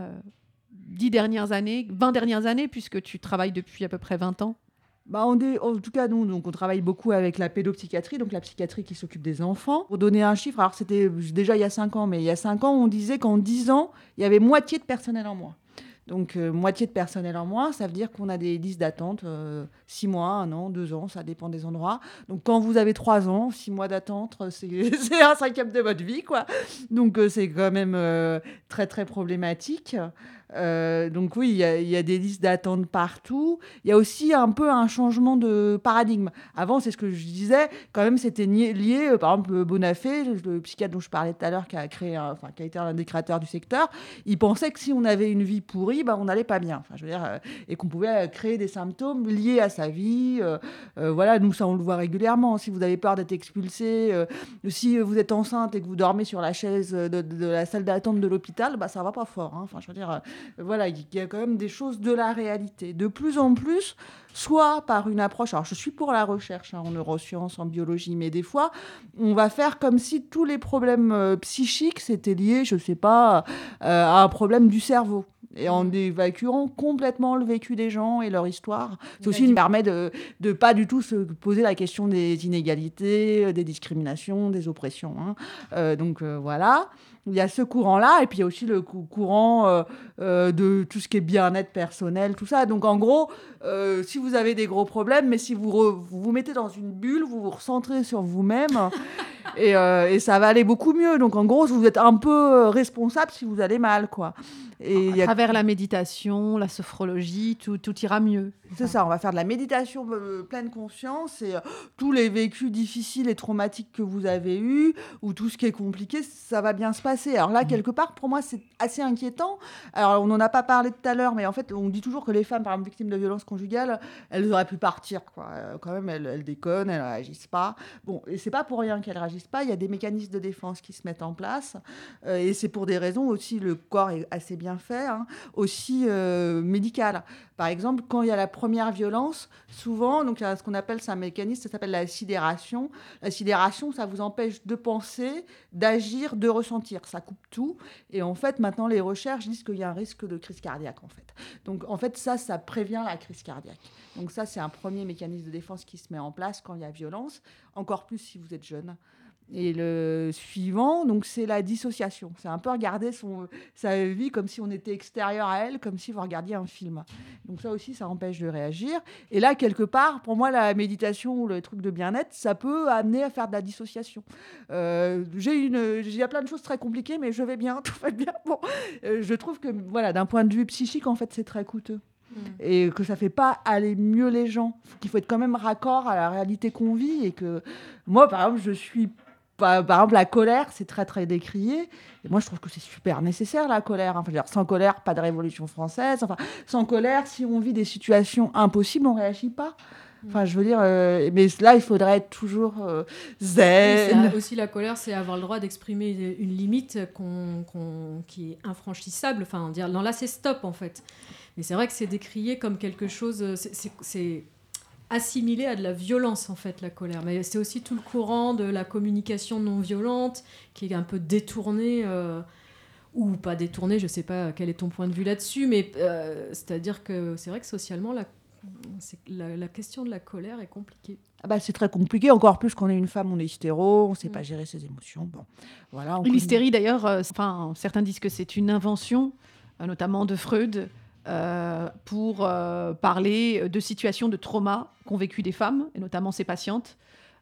10 dernières années, 20 dernières années, puisque tu travailles depuis à peu près 20 ans? En tout cas, nous, on travaille beaucoup avec la pédopsychiatrie, donc la psychiatrie qui s'occupe des enfants. Pour donner un chiffre, alors c'était déjà il y a 5 ans, mais il y a 5 ans, on disait qu'en 10 ans, il y avait moitié de personnel en moins. Donc, moitié de personnel en moins, ça veut dire qu'on a des listes d'attente, 6 mois, 1 an, 2 ans, ça dépend des endroits. Donc, quand vous avez 3 ans, 6 mois d'attente, c'est un cinquième de votre vie, quoi. Donc, c'est quand même très, très problématique. Donc oui, il y a des listes d'attente partout. Il y a aussi un peu un changement de paradigme. Avant, c'est ce que je disais, quand même, c'était lié par exemple, Bonafé, le psychiatre dont je parlais tout à l'heure, qui a été un des créateurs du secteur, il pensait que si on avait une vie pourrie, on n'allait pas bien. Enfin, je veux dire, et qu'on pouvait créer des symptômes liés à sa vie. Voilà, nous, ça, on le voit régulièrement. Si vous avez peur d'être expulsé, si vous êtes enceinte et que vous dormez sur la chaise de la salle d'attente de l'hôpital, ça va pas fort. Hein. Enfin, je veux dire... Voilà, il y a quand même des choses de la réalité. De plus en plus, soit par une approche... Alors, je suis pour la recherche en neurosciences, en biologie, mais des fois, on va faire comme si tous les problèmes psychiques, c'était lié, je ne sais pas, à un problème du cerveau. Et en évacuant complètement le vécu des gens et leur histoire. C'est aussi une permet de pas du tout se poser la question des inégalités, des discriminations, des oppressions. Hein. Donc, voilà. Il y a ce courant-là, et puis il y a aussi le courant de tout ce qui est bien-être personnel, tout ça. Donc en gros, si vous avez des gros problèmes, mais si vous vous mettez dans une bulle, vous vous recentrez sur vous-même, et ça va aller beaucoup mieux. Donc en gros, vous êtes un peu responsable si vous allez mal, quoi. Et à travers la méditation, la sophrologie, tout ira mieux. C'est ça, on va faire de la méditation pleine conscience, et tous les vécus difficiles et traumatiques que vous avez eus, ou tout ce qui est compliqué, ça va bien se passer. Alors là, quelque part, pour moi, c'est assez inquiétant. Alors, on n'en a pas parlé tout à l'heure, mais en fait, on dit toujours que les femmes, par exemple, victimes de violences conjugales, elles auraient pu partir, quoi. Quand même, elles déconnent, elles ne réagissent pas. Bon, et c'est pas pour rien qu'elles ne réagissent pas. Il y a des mécanismes de défense qui se mettent en place, et c'est pour des raisons aussi, le corps est assez bien fait, hein, aussi médicales. Par exemple, quand il y a la première violence, souvent, donc il y a ce qu'on appelle, c'est un mécanisme, ça s'appelle la sidération. La sidération, ça vous empêche de penser, d'agir, de ressentir. Ça coupe tout. Et en fait, maintenant, les recherches disent qu'il y a un risque de crise cardiaque, en fait. Donc, en fait, ça prévient la crise cardiaque. Donc ça, c'est un premier mécanisme de défense qui se met en place quand il y a violence, encore plus si vous êtes jeune. Et le suivant, donc, c'est la dissociation. C'est un peu regarder sa vie comme si on était extérieur à elle, comme si vous regardiez un film. Donc ça aussi, ça empêche de réagir. Et là, quelque part, pour moi, la méditation ou le truc de bien-être, ça peut amener à faire de la dissociation. Il y a plein de choses très compliquées, mais je vais bien, tout va bien. Bon, je trouve que, voilà, d'un point de vue psychique, en fait, c'est très coûteux. Et que ça fait pas aller mieux les gens. Qu'il faut être quand même raccord à la réalité qu'on vit. Et que moi, par exemple, par exemple, la colère, c'est très, très décrié. Et moi, je trouve que c'est super nécessaire, la colère. Enfin, je veux dire, sans colère, pas de révolution française. Enfin, sans colère, si on vit des situations impossibles, on ne réagit pas. Enfin, je veux dire... mais là, il faudrait être toujours zen. Oui, aussi, la colère, c'est avoir le droit d'exprimer une limite qui est infranchissable. Enfin, dire, non, là, c'est stop, en fait. Mais c'est vrai que c'est décrié comme quelque chose... C'est assimilé à de la violence, en fait, la colère. Mais c'est aussi tout le courant de la communication non violente qui est un peu détournée, ou pas détournée, je ne sais pas quel est ton point de vue là-dessus, mais c'est-à-dire que c'est vrai que socialement, La question de la colère est compliquée. C'est très compliqué, encore plus qu'on est une femme, on est hystéro, on ne sait pas gérer ses émotions. Bon, voilà. L'hystérie, d'ailleurs, certains disent que c'est une invention, notamment de Freud, pour parler de situations de trauma qu'ont vécu des femmes, et notamment ses patientes,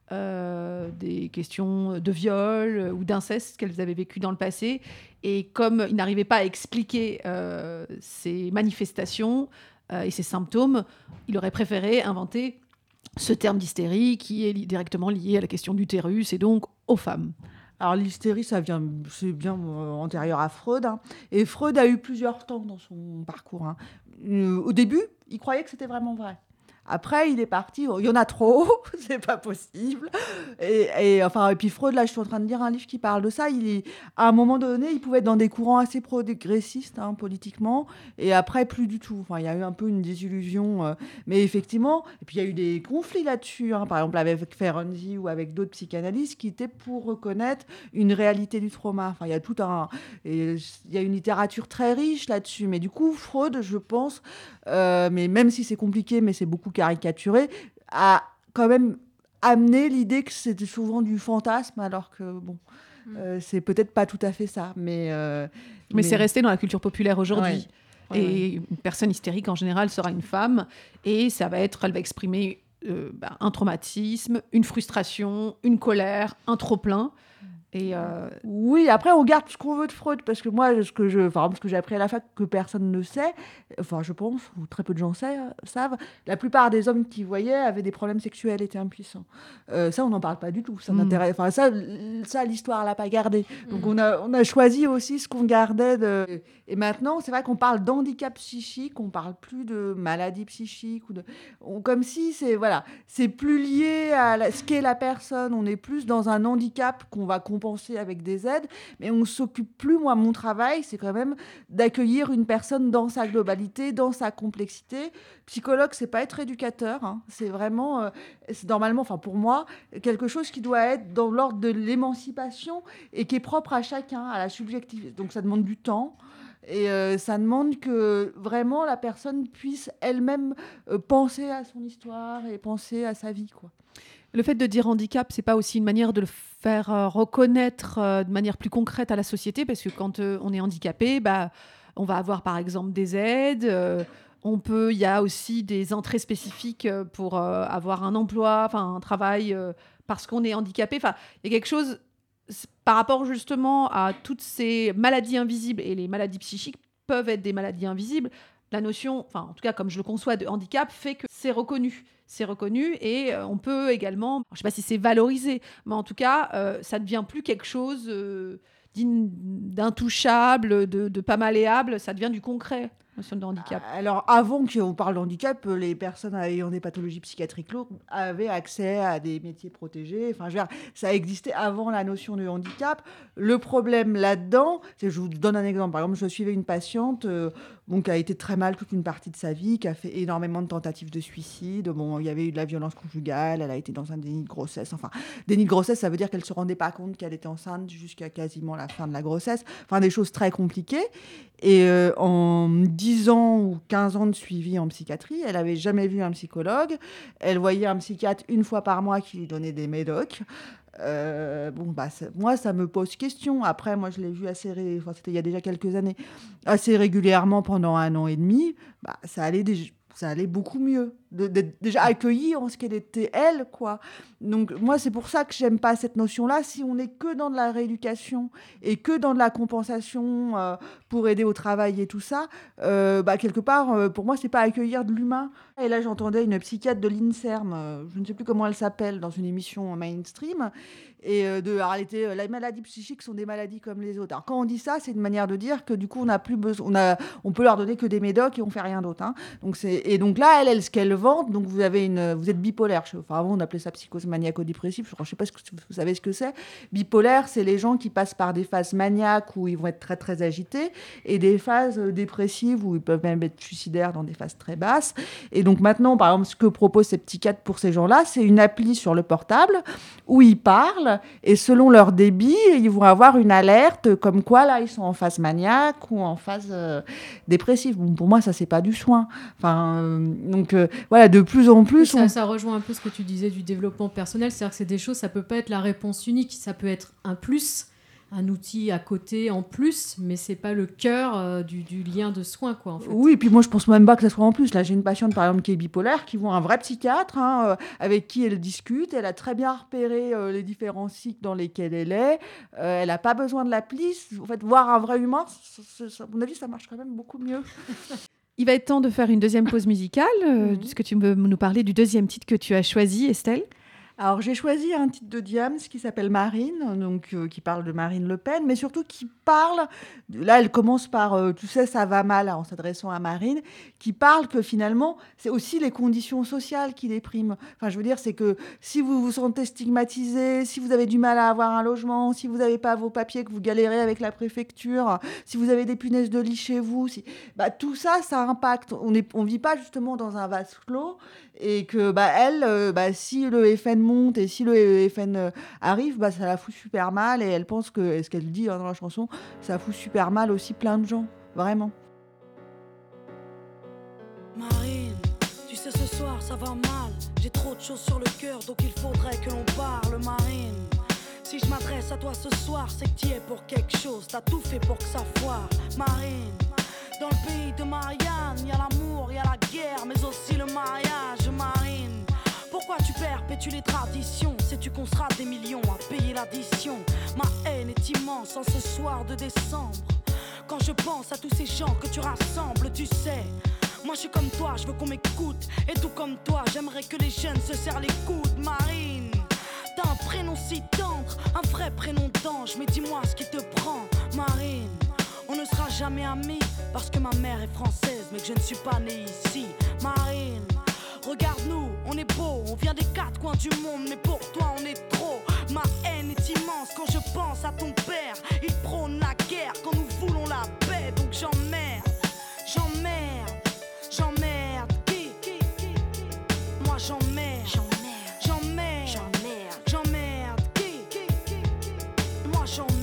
des questions de viol ou d'inceste qu'elles avaient vécues dans le passé. Et comme il n'arrivait pas à expliquer ces manifestations et ces symptômes, il aurait préféré inventer ce terme d'hystérie qui est directement lié à la question d'utérus et donc aux femmes. Alors l'hystérie, c'est bien antérieur à Freud. Et Freud a eu plusieurs temps dans son parcours. Au début, il croyait que c'était vraiment vrai. Après, il est parti. Il y en a trop, c'est pas possible. Et puis Freud, là, je suis en train de lire un livre qui parle de ça. À un moment donné, il pouvait être dans des courants assez progressistes politiquement, et après plus du tout. Il y a eu un peu une désillusion, mais effectivement. Et puis il y a eu des conflits là-dessus. Par exemple, avec Ferenczi ou avec d'autres psychanalystes qui étaient pour reconnaître une réalité du trauma. Il y a une littérature très riche là-dessus. Mais du coup, Freud, je pense, mais même si c'est compliqué, mais c'est beaucoup caricaturé, a quand même amené l'idée que c'était souvent du fantasme, alors que c'est peut-être pas tout à fait ça. Mais c'est resté dans la culture populaire aujourd'hui. Ouais. Et une personne hystérique, en général, sera une femme, et elle va exprimer un traumatisme, une frustration, une colère, un trop-plein. Oui, après on garde ce qu'on veut de Freud, parce que moi, ce que j'ai appris à la fac que personne ne sait, je pense, ou très peu de gens savent, la plupart des hommes qu'il voyait avaient des problèmes sexuels, étaient impuissants. Ça, on n'en parle pas du tout. Ça n'intéresse. Ça, l'histoire l'a pas gardé. Donc on a choisi aussi ce qu'on gardait de. Et maintenant, c'est vrai qu'on parle d'handicap psychique, on parle plus de maladie psychique comme si c'est plus lié à ce qu'est la personne. On est plus dans un handicap qu'on va compenser avec des aides, mais on s'occupe plus. Moi, mon travail, c'est quand même d'accueillir une personne dans sa globalité, dans sa complexité. Psychologue, c'est pas être éducateur. C'est vraiment, c'est normalement, pour moi, quelque chose qui doit être dans l'ordre de l'émancipation et qui est propre à chacun, à la subjectivité. Donc, ça demande du temps. Et ça demande que vraiment la personne puisse elle-même penser à son histoire et penser à sa vie, quoi. Le fait de dire handicap, c'est pas aussi une manière de le faire reconnaître de manière plus concrète à la société, parce que quand on est handicapé, on va avoir par exemple des aides. Il y a aussi des entrées spécifiques pour avoir un emploi, un travail parce qu'on est handicapé. Il y a quelque chose par rapport justement à toutes ces maladies invisibles, et les maladies psychiques peuvent être des maladies invisibles. La notion, en tout cas comme je le conçois, de handicap fait que c'est reconnu. C'est reconnu, et on peut également, je ne sais pas si c'est valorisé, mais en tout cas, ça ne devient plus quelque chose d'intouchable, de pas malléable, ça devient du concret, la notion de handicap. Alors, avant qu'on parle de handicap, les personnes ayant des pathologies psychiatriques lourdes avaient accès à des métiers protégés. Ça existait avant la notion de handicap. Le problème là-dedans, je vous donne un exemple. Par exemple, je suivais une patiente qui a été très mal toute une partie de sa vie, qui a fait énormément de tentatives de suicide. Il y avait eu de la violence conjugale, elle a été dans un déni de grossesse. Déni de grossesse, ça veut dire qu'elle ne se rendait pas compte qu'elle était enceinte jusqu'à quasiment la fin de la grossesse. Des choses très compliquées. Et en 10 ans ou 15 ans de suivi en psychiatrie, elle n'avait jamais vu un psychologue. Elle voyait un psychiatre une fois par mois qui lui donnait des médocs. Moi, ça me pose question. Après, moi, je l'ai vu c'était il y a déjà quelques années, assez régulièrement pendant 1 an et demi. Ça allait beaucoup mieux. D'être déjà accueillie en ce qu'elle était, elle, quoi. Donc, moi, c'est pour ça que j'aime pas cette notion-là. Si on n'est que dans de la rééducation et que dans de la compensation pour aider au travail et tout ça, quelque part, pour moi, c'est pas accueillir de l'humain. Et là, j'entendais une psychiatre de l'INSERM, je ne sais plus comment elle s'appelle, dans une émission mainstream, et elle était, les maladies psychiques sont des maladies comme les autres. Alors, quand on dit ça, c'est une manière de dire que du coup, on n'a plus besoin, on peut leur donner que des médocs et on fait rien d'autre. Donc, donc là, elle, ce qu'elle vente, donc vous êtes bipolaire. Avant, on appelait ça psychose maniaco-dépressive. Je ne sais pas si vous savez ce que c'est. Bipolaire, c'est les gens qui passent par des phases maniaques où ils vont être très, très agités, et des phases dépressives où ils peuvent même être suicidaires dans des phases très basses. Et donc maintenant, par exemple, ce que proposent ces psychiatres pour ces gens-là, c'est une appli sur le portable où ils parlent, et selon leur débit, ils vont avoir une alerte comme quoi, là, ils sont en phase maniaque ou en phase dépressive. Pour moi, ça, c'est pas du soin. Donc, voilà, de plus en plus... Ça rejoint un peu ce que tu disais du développement personnel, c'est-à-dire que c'est des choses, ça peut pas être la réponse unique, ça peut être un plus, un outil à côté en plus, mais c'est pas le cœur du lien de soins, quoi, en fait. Oui, et puis moi je pense même pas que ça soit en plus. Là, j'ai une patiente par exemple qui est bipolaire, qui voit un vrai psychiatre, avec qui elle discute. Elle a très bien repéré les différents cycles dans lesquels elle est. Elle n'a pas besoin de l'appli. En fait, voir un vrai humain, à mon avis, ça marche quand même beaucoup mieux. Il va être temps de faire une deuxième pause musicale. Est-ce que tu veux nous parler du deuxième titre que tu as choisi, Estelle ? Alors, j'ai choisi un titre de Diams qui s'appelle Marine, donc qui parle de Marine Le Pen, mais surtout qui parle, là elle commence par tu sais, ça va mal, en s'adressant à Marine, qui parle que finalement, c'est aussi les conditions sociales qui les priment. Enfin, je veux dire, c'est que si vous vous sentez stigmatisé, si vous avez du mal à avoir un logement, si vous n'avez pas vos papiers, que vous galérez avec la préfecture, si vous avez des punaises de lit chez vous, tout ça, ça impacte. On vit pas justement dans un vase clos, et que elle, si le FN monte et si le FN arrive, ça la fout super mal, et elle pense que, ce qu'elle dit dans la chanson, ça fout super mal aussi plein de gens, vraiment. Marine, tu sais ce soir ça va mal, j'ai trop de choses sur le cœur donc il faudrait que l'on parle. Marine, si je m'adresse à toi ce soir, c'est que t'y es pour quelque chose, t'as tout fait pour que ça foire. Marine, dans le pays de Marianne, y a l'amour, y a la guerre, mais aussi le mariage. Marine, pourquoi tu perpétues les traditions? Sais-tu qu'on sera des millions à payer l'addition? Ma haine est immense en ce soir de décembre. Quand je pense à tous ces gens que tu rassembles, tu sais, moi je suis comme toi, je veux qu'on m'écoute. Et tout comme toi, j'aimerais que les jeunes se serrent les coudes. Marine, t'as un prénom si tendre, un vrai prénom d'ange, mais dis-moi ce qui te prend. Marine, on ne sera jamais amis parce que ma mère est française mais que je ne suis pas née ici. Marine, regarde-nous, on est beau, on vient des quatre coins du monde, mais pour toi on est trop. Ma haine est immense quand je pense à ton père. Il prône la guerre quand nous voulons la paix. Donc j'emmerde qui moi j'emmerde qui moi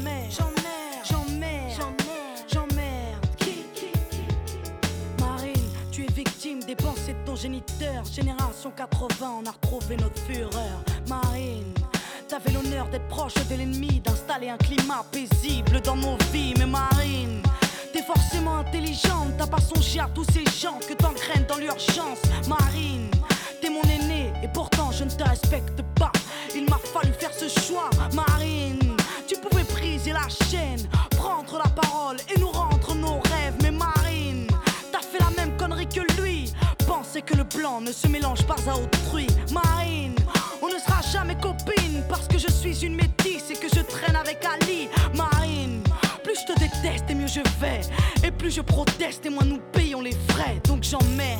j'emmerde qui Marine, tu es victime des pensées de ton géniteur. Génération 80, on a retrouvé notre fureur. Marine, t'avais l'honneur d'être proche de l'ennemi, d'installer un climat paisible dans nos vies. Mais Marine, t'es forcément intelligente, t'as pas songé à tous ces gens que t'engraines dans l'urgence. Marine, t'es mon aîné et pourtant je ne te respecte pas. Il m'a fallu faire ce choix. Marine, tu pouvais briser la chaîne, prendre la parole et nous rendre nos rêves. Mais Marine, t'as fait la même connerie que lui, penser que le blanc ne se mélange pas à autrui. Marine, on ne sera jamais copines parce que je suis une métisse et que je traîne avec Ali. Marine, plus je te déteste et mieux je vais, et plus je proteste et moins nous payons les frais. Donc j'emmerde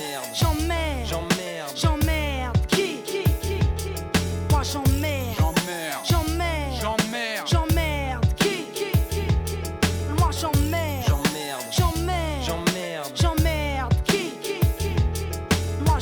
qui moi j'emmerde qui moi j'emmerde qui moi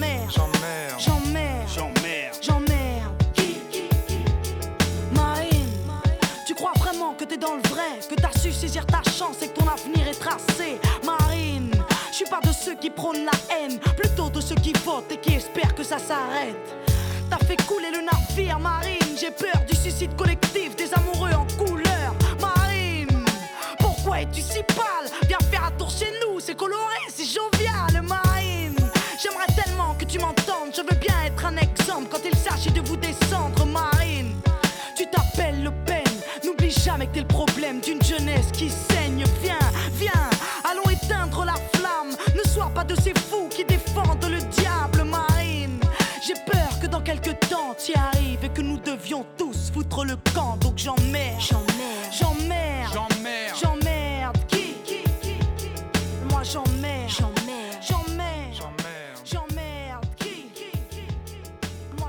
j'emmerde qui Marine, tu crois vraiment que t'es dans le vrai, que t'as su saisir ta chance et que ton avenir est tracé? Marine, je suis pas de ceux qui prônent la haine, plutôt de ceux qui votent et qui espèrent que ça s'arrête. T'as fait couler le navire, Marine, j'ai peur du suicide collectif des amoureux en couleur. Marine, pourquoi es-tu si pâle? Viens faire un tour chez nous, c'est coloré, c'est jovial. Marine, j'aimerais tellement que tu m'entendes, je veux bien être un exemple quand il s'agit de vous descendre. Marine, tu t'appelles Le Pen, n'oublie jamais que t'es le problème d'une jeunesse qui saigne. Viens, allons éteindre la flamme, ne sois pas de ces fous qui défendent le diable. Marine, j'ai peur que dans quelques temps t'y arrives et que nous devions tous foutre le camp. Donc j'emmerde qui moi j'emmerde qui moi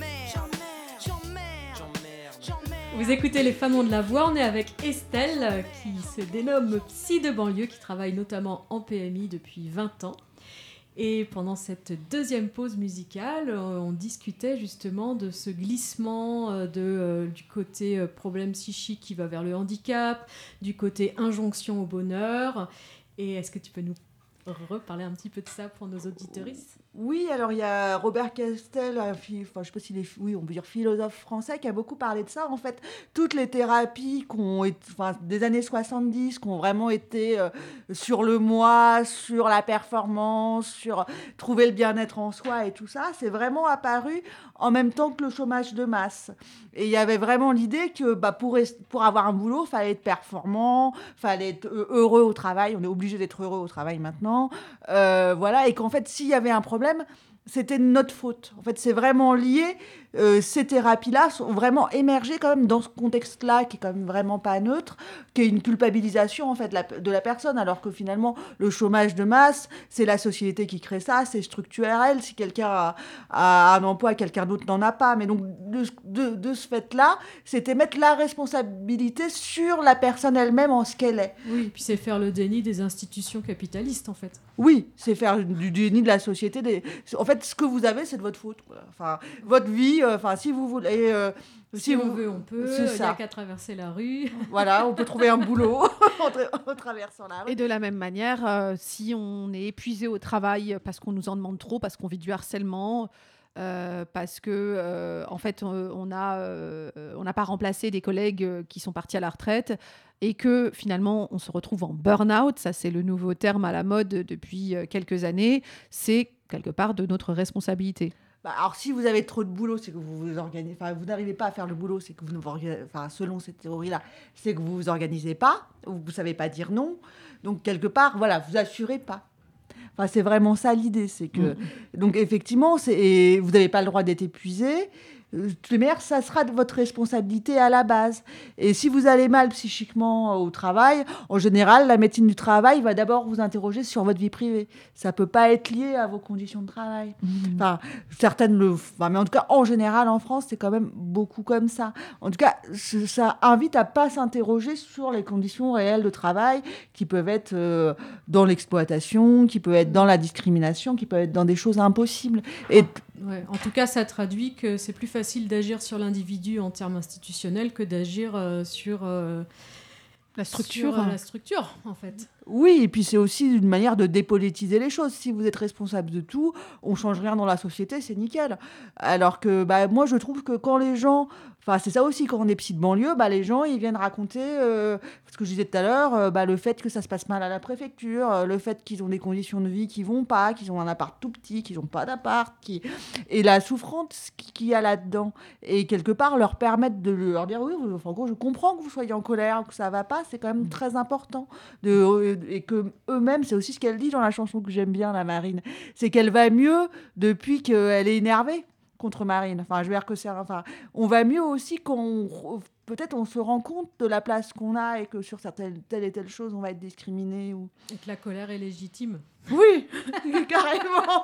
j'emmerde. Vous écoutez Les Femmes ont de la voix, on est avec Estelle qui se dénomme Psy de banlieue, qui travaille notamment en PMI depuis 20 ans. Et pendant cette deuxième pause musicale, on discutait justement de ce glissement du côté problème psychique qui va vers le handicap, du côté injonction au bonheur. Et est-ce que tu peux nous reparler un petit peu de ça pour nos auditeuristes ? Oui, alors il y a Robert Castel, je sais pas s'il est, oui, on peut dire philosophe français, qui a beaucoup parlé de ça. En fait, toutes les thérapies des années 70, qui ont vraiment été sur le moi, sur la performance, sur trouver le bien-être en soi et tout ça, c'est vraiment apparu en même temps que le chômage de masse. Et il y avait vraiment l'idée que pour avoir un boulot, il fallait être performant, fallait être heureux au travail. On est obligé d'être heureux au travail maintenant. Voilà, et qu'en fait, s'il y avait un problème, c'était de notre faute. En fait, c'est vraiment lié. Ces thérapies-là sont vraiment émergées quand même dans ce contexte-là, qui est quand même vraiment pas neutre, qui est une culpabilisation en fait de la personne, alors que finalement, le chômage de masse, c'est la société qui crée ça, c'est structurel. Si quelqu'un a un emploi, quelqu'un d'autre n'en a pas. Mais donc, de ce fait-là, c'était mettre la responsabilité sur la personne elle-même en ce qu'elle est. Oui, puis c'est faire le déni des institutions capitalistes, en fait. Oui, c'est faire du déni de la société. En fait, ce que vous avez, c'est de votre faute, quoi. Enfin, votre vie, si vous voulez... si on veut, on peut. C'est il n'y ça. a qu'à traverser la rue. Voilà, on peut trouver un boulot en traversant la rue. Et de la même manière, si on est épuisé au travail parce qu'on nous en demande trop, parce qu'on vit du harcèlement, parce que en fait on n'a pas remplacé des collègues qui sont partis à la retraite et que finalement on se retrouve en burn-out, ça c'est le nouveau terme à la mode depuis quelques années, c'est quelque part de notre responsabilité. Alors, si vous avez trop de boulot, c'est que vous vous organisez. Enfin, vous n'arrivez pas à faire le boulot, c'est que vous ne vous organisez. Enfin, selon cette théorie-là, c'est que vous vous organisez pas, vous ne savez pas dire non. Donc, quelque part, voilà, vous assurez pas. Enfin, c'est vraiment ça l'idée, c'est que. Donc, effectivement, vous n'avez pas le droit d'être épuisé. De toute manière, ça sera de votre responsabilité à la base. Et si vous allez mal psychiquement au travail, en général, la médecine du travail va d'abord vous interroger sur votre vie privée. Ça peut pas être lié à vos conditions de travail. Enfin, certaines mais en tout cas, en général, en France, c'est quand même beaucoup comme ça. En tout cas, ça invite à pas s'interroger sur les conditions réelles de travail qui peuvent être dans l'exploitation, qui peuvent être dans la discrimination, qui peuvent être dans des choses impossibles. Et Ouais, en tout cas, ça traduit que c'est plus facile d'agir sur l'individu en termes institutionnels que d'agir sur La structure. sur la structure, en fait. oui, et puis c'est aussi une manière de dépolitiser les choses. Si vous êtes responsable de tout, on change rien dans la société, c'est nickel. Alors que moi, je trouve que quand les gens... Enfin, c'est ça aussi, quand on est psy de banlieue, les gens, ils viennent raconter ce que je disais tout à l'heure, le fait que ça se passe mal à la préfecture, le fait qu'ils ont des conditions de vie qui vont pas, qu'ils ont un appart tout petit, qu'ils n'ont pas d'appart, et la souffrance qu'il y a là-dedans. Et quelque part, leur permettre de leur dire, oui, en gros, je comprends que vous soyez en colère, que ça va pas, c'est quand même très important. Et que eux-mêmes, c'est aussi ce qu'elle dit dans la chanson que j'aime bien, la Marine, c'est qu'elle va mieux depuis qu'elle est énervée contre Marine. Enfin, je veux dire que on va mieux aussi quand peut-être on se rend compte de la place qu'on a et que sur certaines telle et telle chose, on va être discriminé ou. Et que la colère est légitime. Oui, carrément.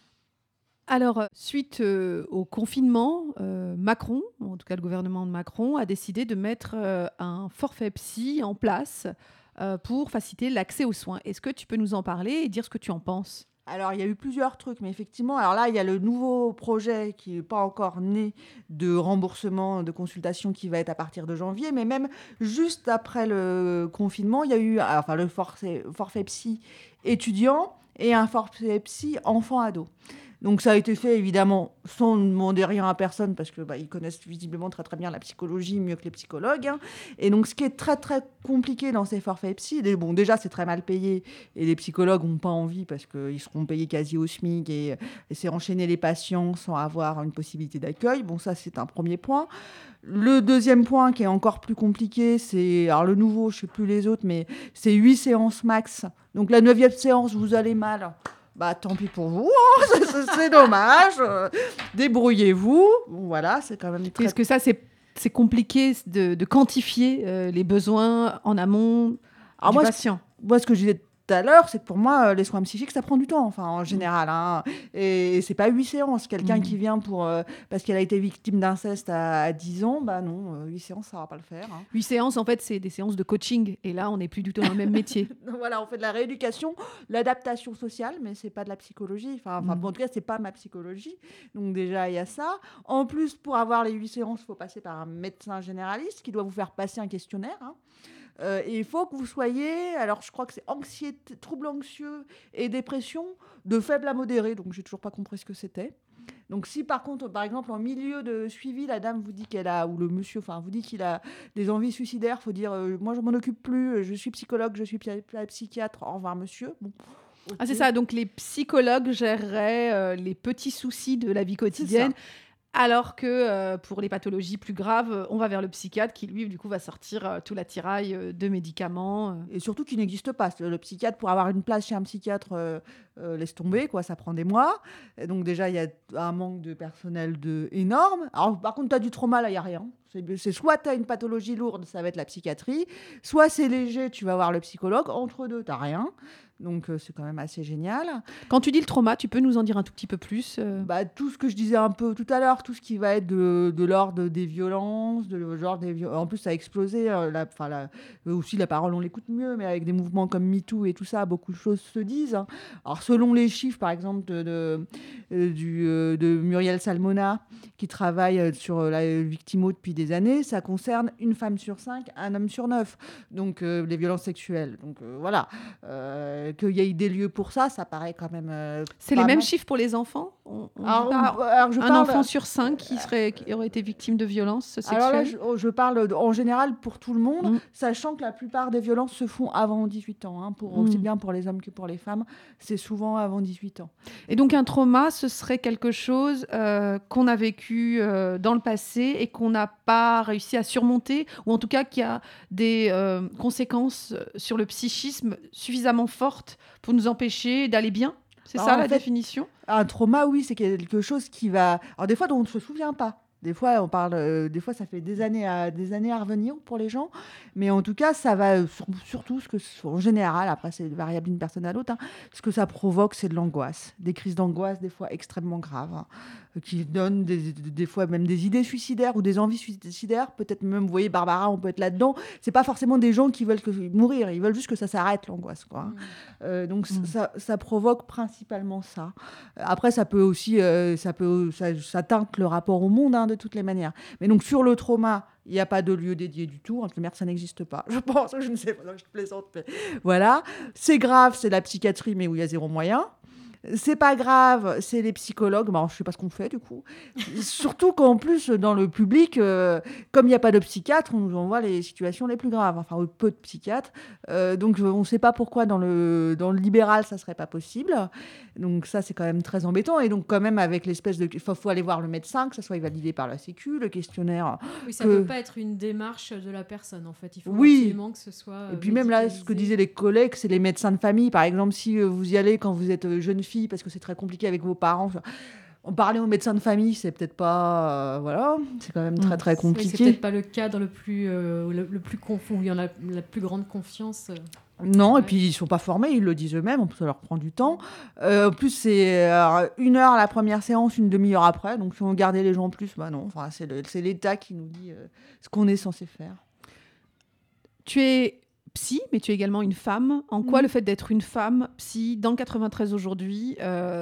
Alors, suite au confinement, Macron, en tout cas le gouvernement de Macron, a décidé de mettre un forfait psy en place pour faciliter l'accès aux soins. Est-ce que tu peux nous en parler et dire ce que tu en penses ? Alors, il y a eu plusieurs trucs, mais effectivement, alors là, il y a le nouveau projet qui n'est pas encore né de remboursement de consultation qui va être à partir de janvier, mais même juste après le confinement, il y a eu le forfait psy étudiant et un forfait psy enfant-ado. Donc ça a été fait évidemment sans demander rien à personne parce que ils connaissent visiblement très très bien la psychologie, mieux que les psychologues. Hein. Et donc ce qui est très très compliqué dans ces forfaits psy, déjà c'est très mal payé et les psychologues n'ont pas envie parce qu'ils seront payés quasi au SMIC et c'est enchaîner les patients sans avoir une possibilité d'accueil. Bon, ça c'est un premier point. Le deuxième point qui est encore plus compliqué, c'est, alors le nouveau, je ne sais plus les autres, mais c'est 8 séances max. Donc la 9e séance, vous allez mal. Tant pis pour vous, hein, c'est dommage. Débrouillez-vous. Bon, voilà, c'est quand même très... Est-ce que ça, c'est compliqué de quantifier les besoins en amont du patient ? Moi, ce que je disais tout à l'heure, c'est que pour moi, les soins psychiques, ça prend du temps, en général. Hein. Et c'est pas 8 séances. Quelqu'un qui vient parce qu'elle a été victime d'inceste à 10 ans, non, 8 séances, ça va pas le faire. Hein. 8 séances, en fait, c'est des séances de coaching. Et là, on n'est plus du tout dans le même métier. Voilà, on fait de la rééducation, l'adaptation sociale, mais c'est pas de la psychologie. En tout cas, c'est pas ma psychologie. Donc déjà, il y a ça. En plus, pour avoir les 8 séances, il faut passer par un médecin généraliste qui doit vous faire passer un questionnaire. Hein. Et il faut que vous soyez, alors je crois que c'est anxiété, troubles anxieux et dépression de faible à modéré, donc j'ai toujours pas compris ce que c'était. Donc si par contre, par exemple, en milieu de suivi, la dame vous dit qu'elle a, ou le monsieur, enfin, vous dit qu'il a des envies suicidaires, faut dire, moi je m'en occupe plus, je suis psychologue, je suis psychiatre, au revoir monsieur. Bon, Ah, c'est ok. ça, donc les psychologues géreraient les petits soucis de la vie quotidienne, ça. alors que pour les pathologies plus graves, on va vers le psychiatre qui, lui, du coup, va sortir tout l'attirail de médicaments. Et surtout qui n'existe pas. Le psychiatre, pour avoir une place chez un psychiatre, laisse tomber, quoi, ça prend des mois. Et donc déjà, il y a un manque de personnel énorme. Alors par contre, tu as du trauma, là, il n'y a rien. C'est soit tu as une pathologie lourde, ça va être la psychiatrie, soit c'est léger, tu vas voir le psychologue. Entre deux, tu n'as rien. Donc c'est quand même assez génial. Quand tu dis le trauma, tu peux nous en dire un tout petit peu plus Bah, tout ce que je disais un peu tout à l'heure, tout ce qui va être de l'ordre des violences, en plus ça a explosé, aussi la parole on l'écoute mieux, mais avec des mouvements comme MeToo et tout ça, beaucoup de choses se disent, hein. Alors selon les chiffres par exemple de Muriel Salmona, qui travaille sur la victimo depuis des années, ça concerne une femme sur 5, un homme sur 9, donc les violences sexuelles. Donc voilà, qu'il y ait des lieux pour ça, ça paraît quand même... c'est les mêmes chiffres pour les enfants on Alors, dit pas alors, je un parle... enfant sur 5 qui aurait été victime de violences sexuelles. Alors là, je parle en général pour tout le monde, Mm. sachant que la plupart des violences se font avant 18 ans, hein, aussi bien pour les hommes que pour les femmes. C'est souvent avant 18 ans. Et donc un trauma, ce serait quelque chose qu'on a vécu dans le passé et qu'on n'a pas réussi à surmonter, ou en tout cas qui a des conséquences sur le psychisme suffisamment fortes pour nous empêcher d'aller bien. C'est Alors, ça en la fait, définition? Un trauma, oui, c'est quelque chose qui va... Alors des fois, dont on ne se souvient pas. Des fois, on parle, des fois, ça fait des années à revenir pour les gens. Mais en tout cas, ça va surtout, en général, après, c'est variable d'une personne à l'autre, hein, ce que ça provoque, c'est de l'angoisse. Des crises d'angoisse, des fois extrêmement graves, hein, qui donnent des fois même des idées suicidaires ou des envies suicidaires. Peut-être même, vous voyez, Barbara, on peut être là-dedans. C'est pas forcément des gens qui veulent mourir. Ils veulent juste que ça s'arrête, l'angoisse, quoi. Donc, ça provoque principalement ça. Après, ça peut aussi... ça teinte le rapport au monde, hein, de toutes les manières. Mais donc, sur le trauma, il n'y a pas de lieu dédié du tout. En tout cas, ça n'existe pas. Je pense, je ne sais pas, je plaisante. Mais voilà. C'est grave, c'est la psychiatrie, mais où il y a zéro moyen. C'est pas grave, c'est les psychologues. Bah, je sais pas ce qu'on fait du coup. Surtout qu'en plus, dans le public, comme il n'y a pas de psychiatre, on nous envoie les situations les plus graves. Enfin, peu de psychiatres. Donc, on ne sait pas pourquoi dans le libéral, ça serait pas possible. Donc, ça, c'est quand même très embêtant. Et donc, quand même, avec l'espèce de. Il faut aller voir le médecin, que ça soit validé par la Sécu, le questionnaire. Oui, ça ne peut pas être une démarche de la personne, en fait. Il faut Oui. absolument que ce soit. Et puis même là, ce que disaient les collègues, c'est les médecins de famille. Par exemple, si vous y allez quand vous êtes jeune fille, parce que c'est très compliqué avec vos parents, en parler aux médecins de famille, c'est peut-être pas... voilà, c'est quand même très très compliqué. Oui, c'est peut-être pas le cadre le plus confond, où il y en a la plus grande confiance. Non, Ouais. et puis ils sont pas formés, ils le disent eux-mêmes, ça leur prend du temps. En plus, c'est 1 heure la première séance, une demi-heure après, donc si on gardait les gens en plus, bah non, enfin, c'est l'État qui nous dit ce qu'on est censé faire. Tu es psy, mais tu es également une femme. En quoi le fait d'être une femme psy dans le 93 aujourd'hui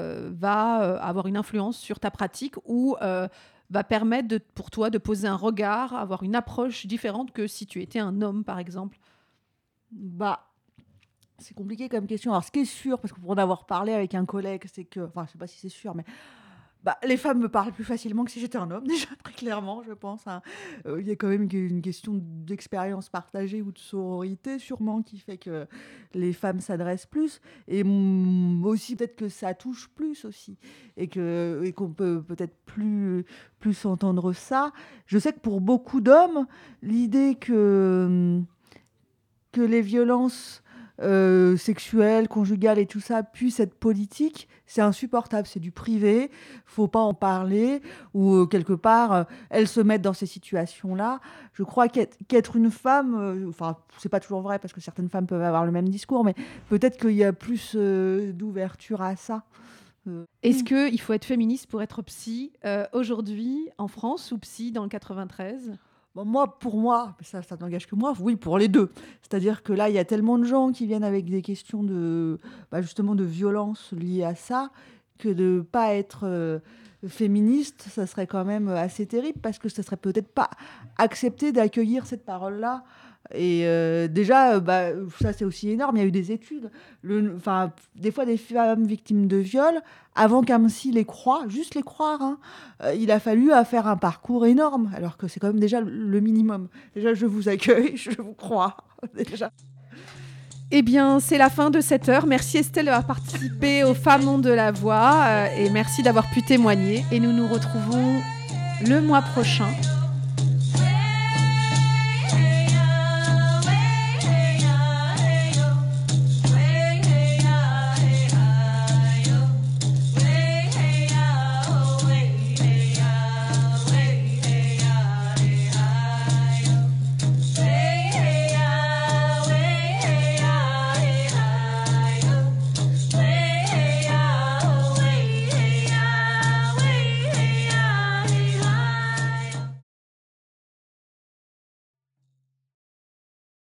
va avoir une influence sur ta pratique ou va permettre pour toi de poser un regard, avoir une approche différente que si tu étais un homme, par exemple? Bah, c'est compliqué comme question. Alors, ce qui est sûr, parce que pour en avoir parlé avec un collègue, c'est que... Enfin, je sais pas si c'est sûr, mais... les femmes me parlent plus facilement que si j'étais un homme, déjà, très clairement, je pense, hein. Il y a quand même une question d'expérience partagée ou de sororité, sûrement, qui fait que les femmes s'adressent plus. Et aussi, peut-être que ça touche plus aussi. Et qu'on peut peut-être plus entendre ça. Je sais que pour beaucoup d'hommes, l'idée que les violences sexuelles, conjugales et tout ça puissent être politiques, c'est insupportable, c'est du privé, faut pas en parler, ou quelque part, elles se mettent dans ces situations-là. Je crois qu'être une femme, enfin, c'est pas toujours vrai, parce que certaines femmes peuvent avoir le même discours, mais peut-être qu'il y a plus d'ouverture à ça. Est-ce qu'il faut être féministe pour être psy aujourd'hui en France ou psy dans le 93 ? Pour moi, ça n'engage que moi, oui, pour les deux. C'est-à-dire que là, il y a tellement de gens qui viennent avec des questions justement de violence liées à ça, que de ne pas être féministe, ça serait quand même assez terrible parce que ça serait peut-être pas accepté d'accueillir cette parole-là. Et déjà, ça c'est aussi énorme, il y a eu des études. Des fois, des femmes victimes de viol, avant qu'un psy les croie, juste les croire, il a fallu faire un parcours énorme, alors que c'est quand même déjà le minimum. Déjà, je vous accueille, je vous crois, déjà. Eh bien, c'est la fin de cette heure. Merci Estelle d'avoir participé aux Femmes ont de la voix et merci d'avoir pu témoigner. Et nous nous retrouvons le mois prochain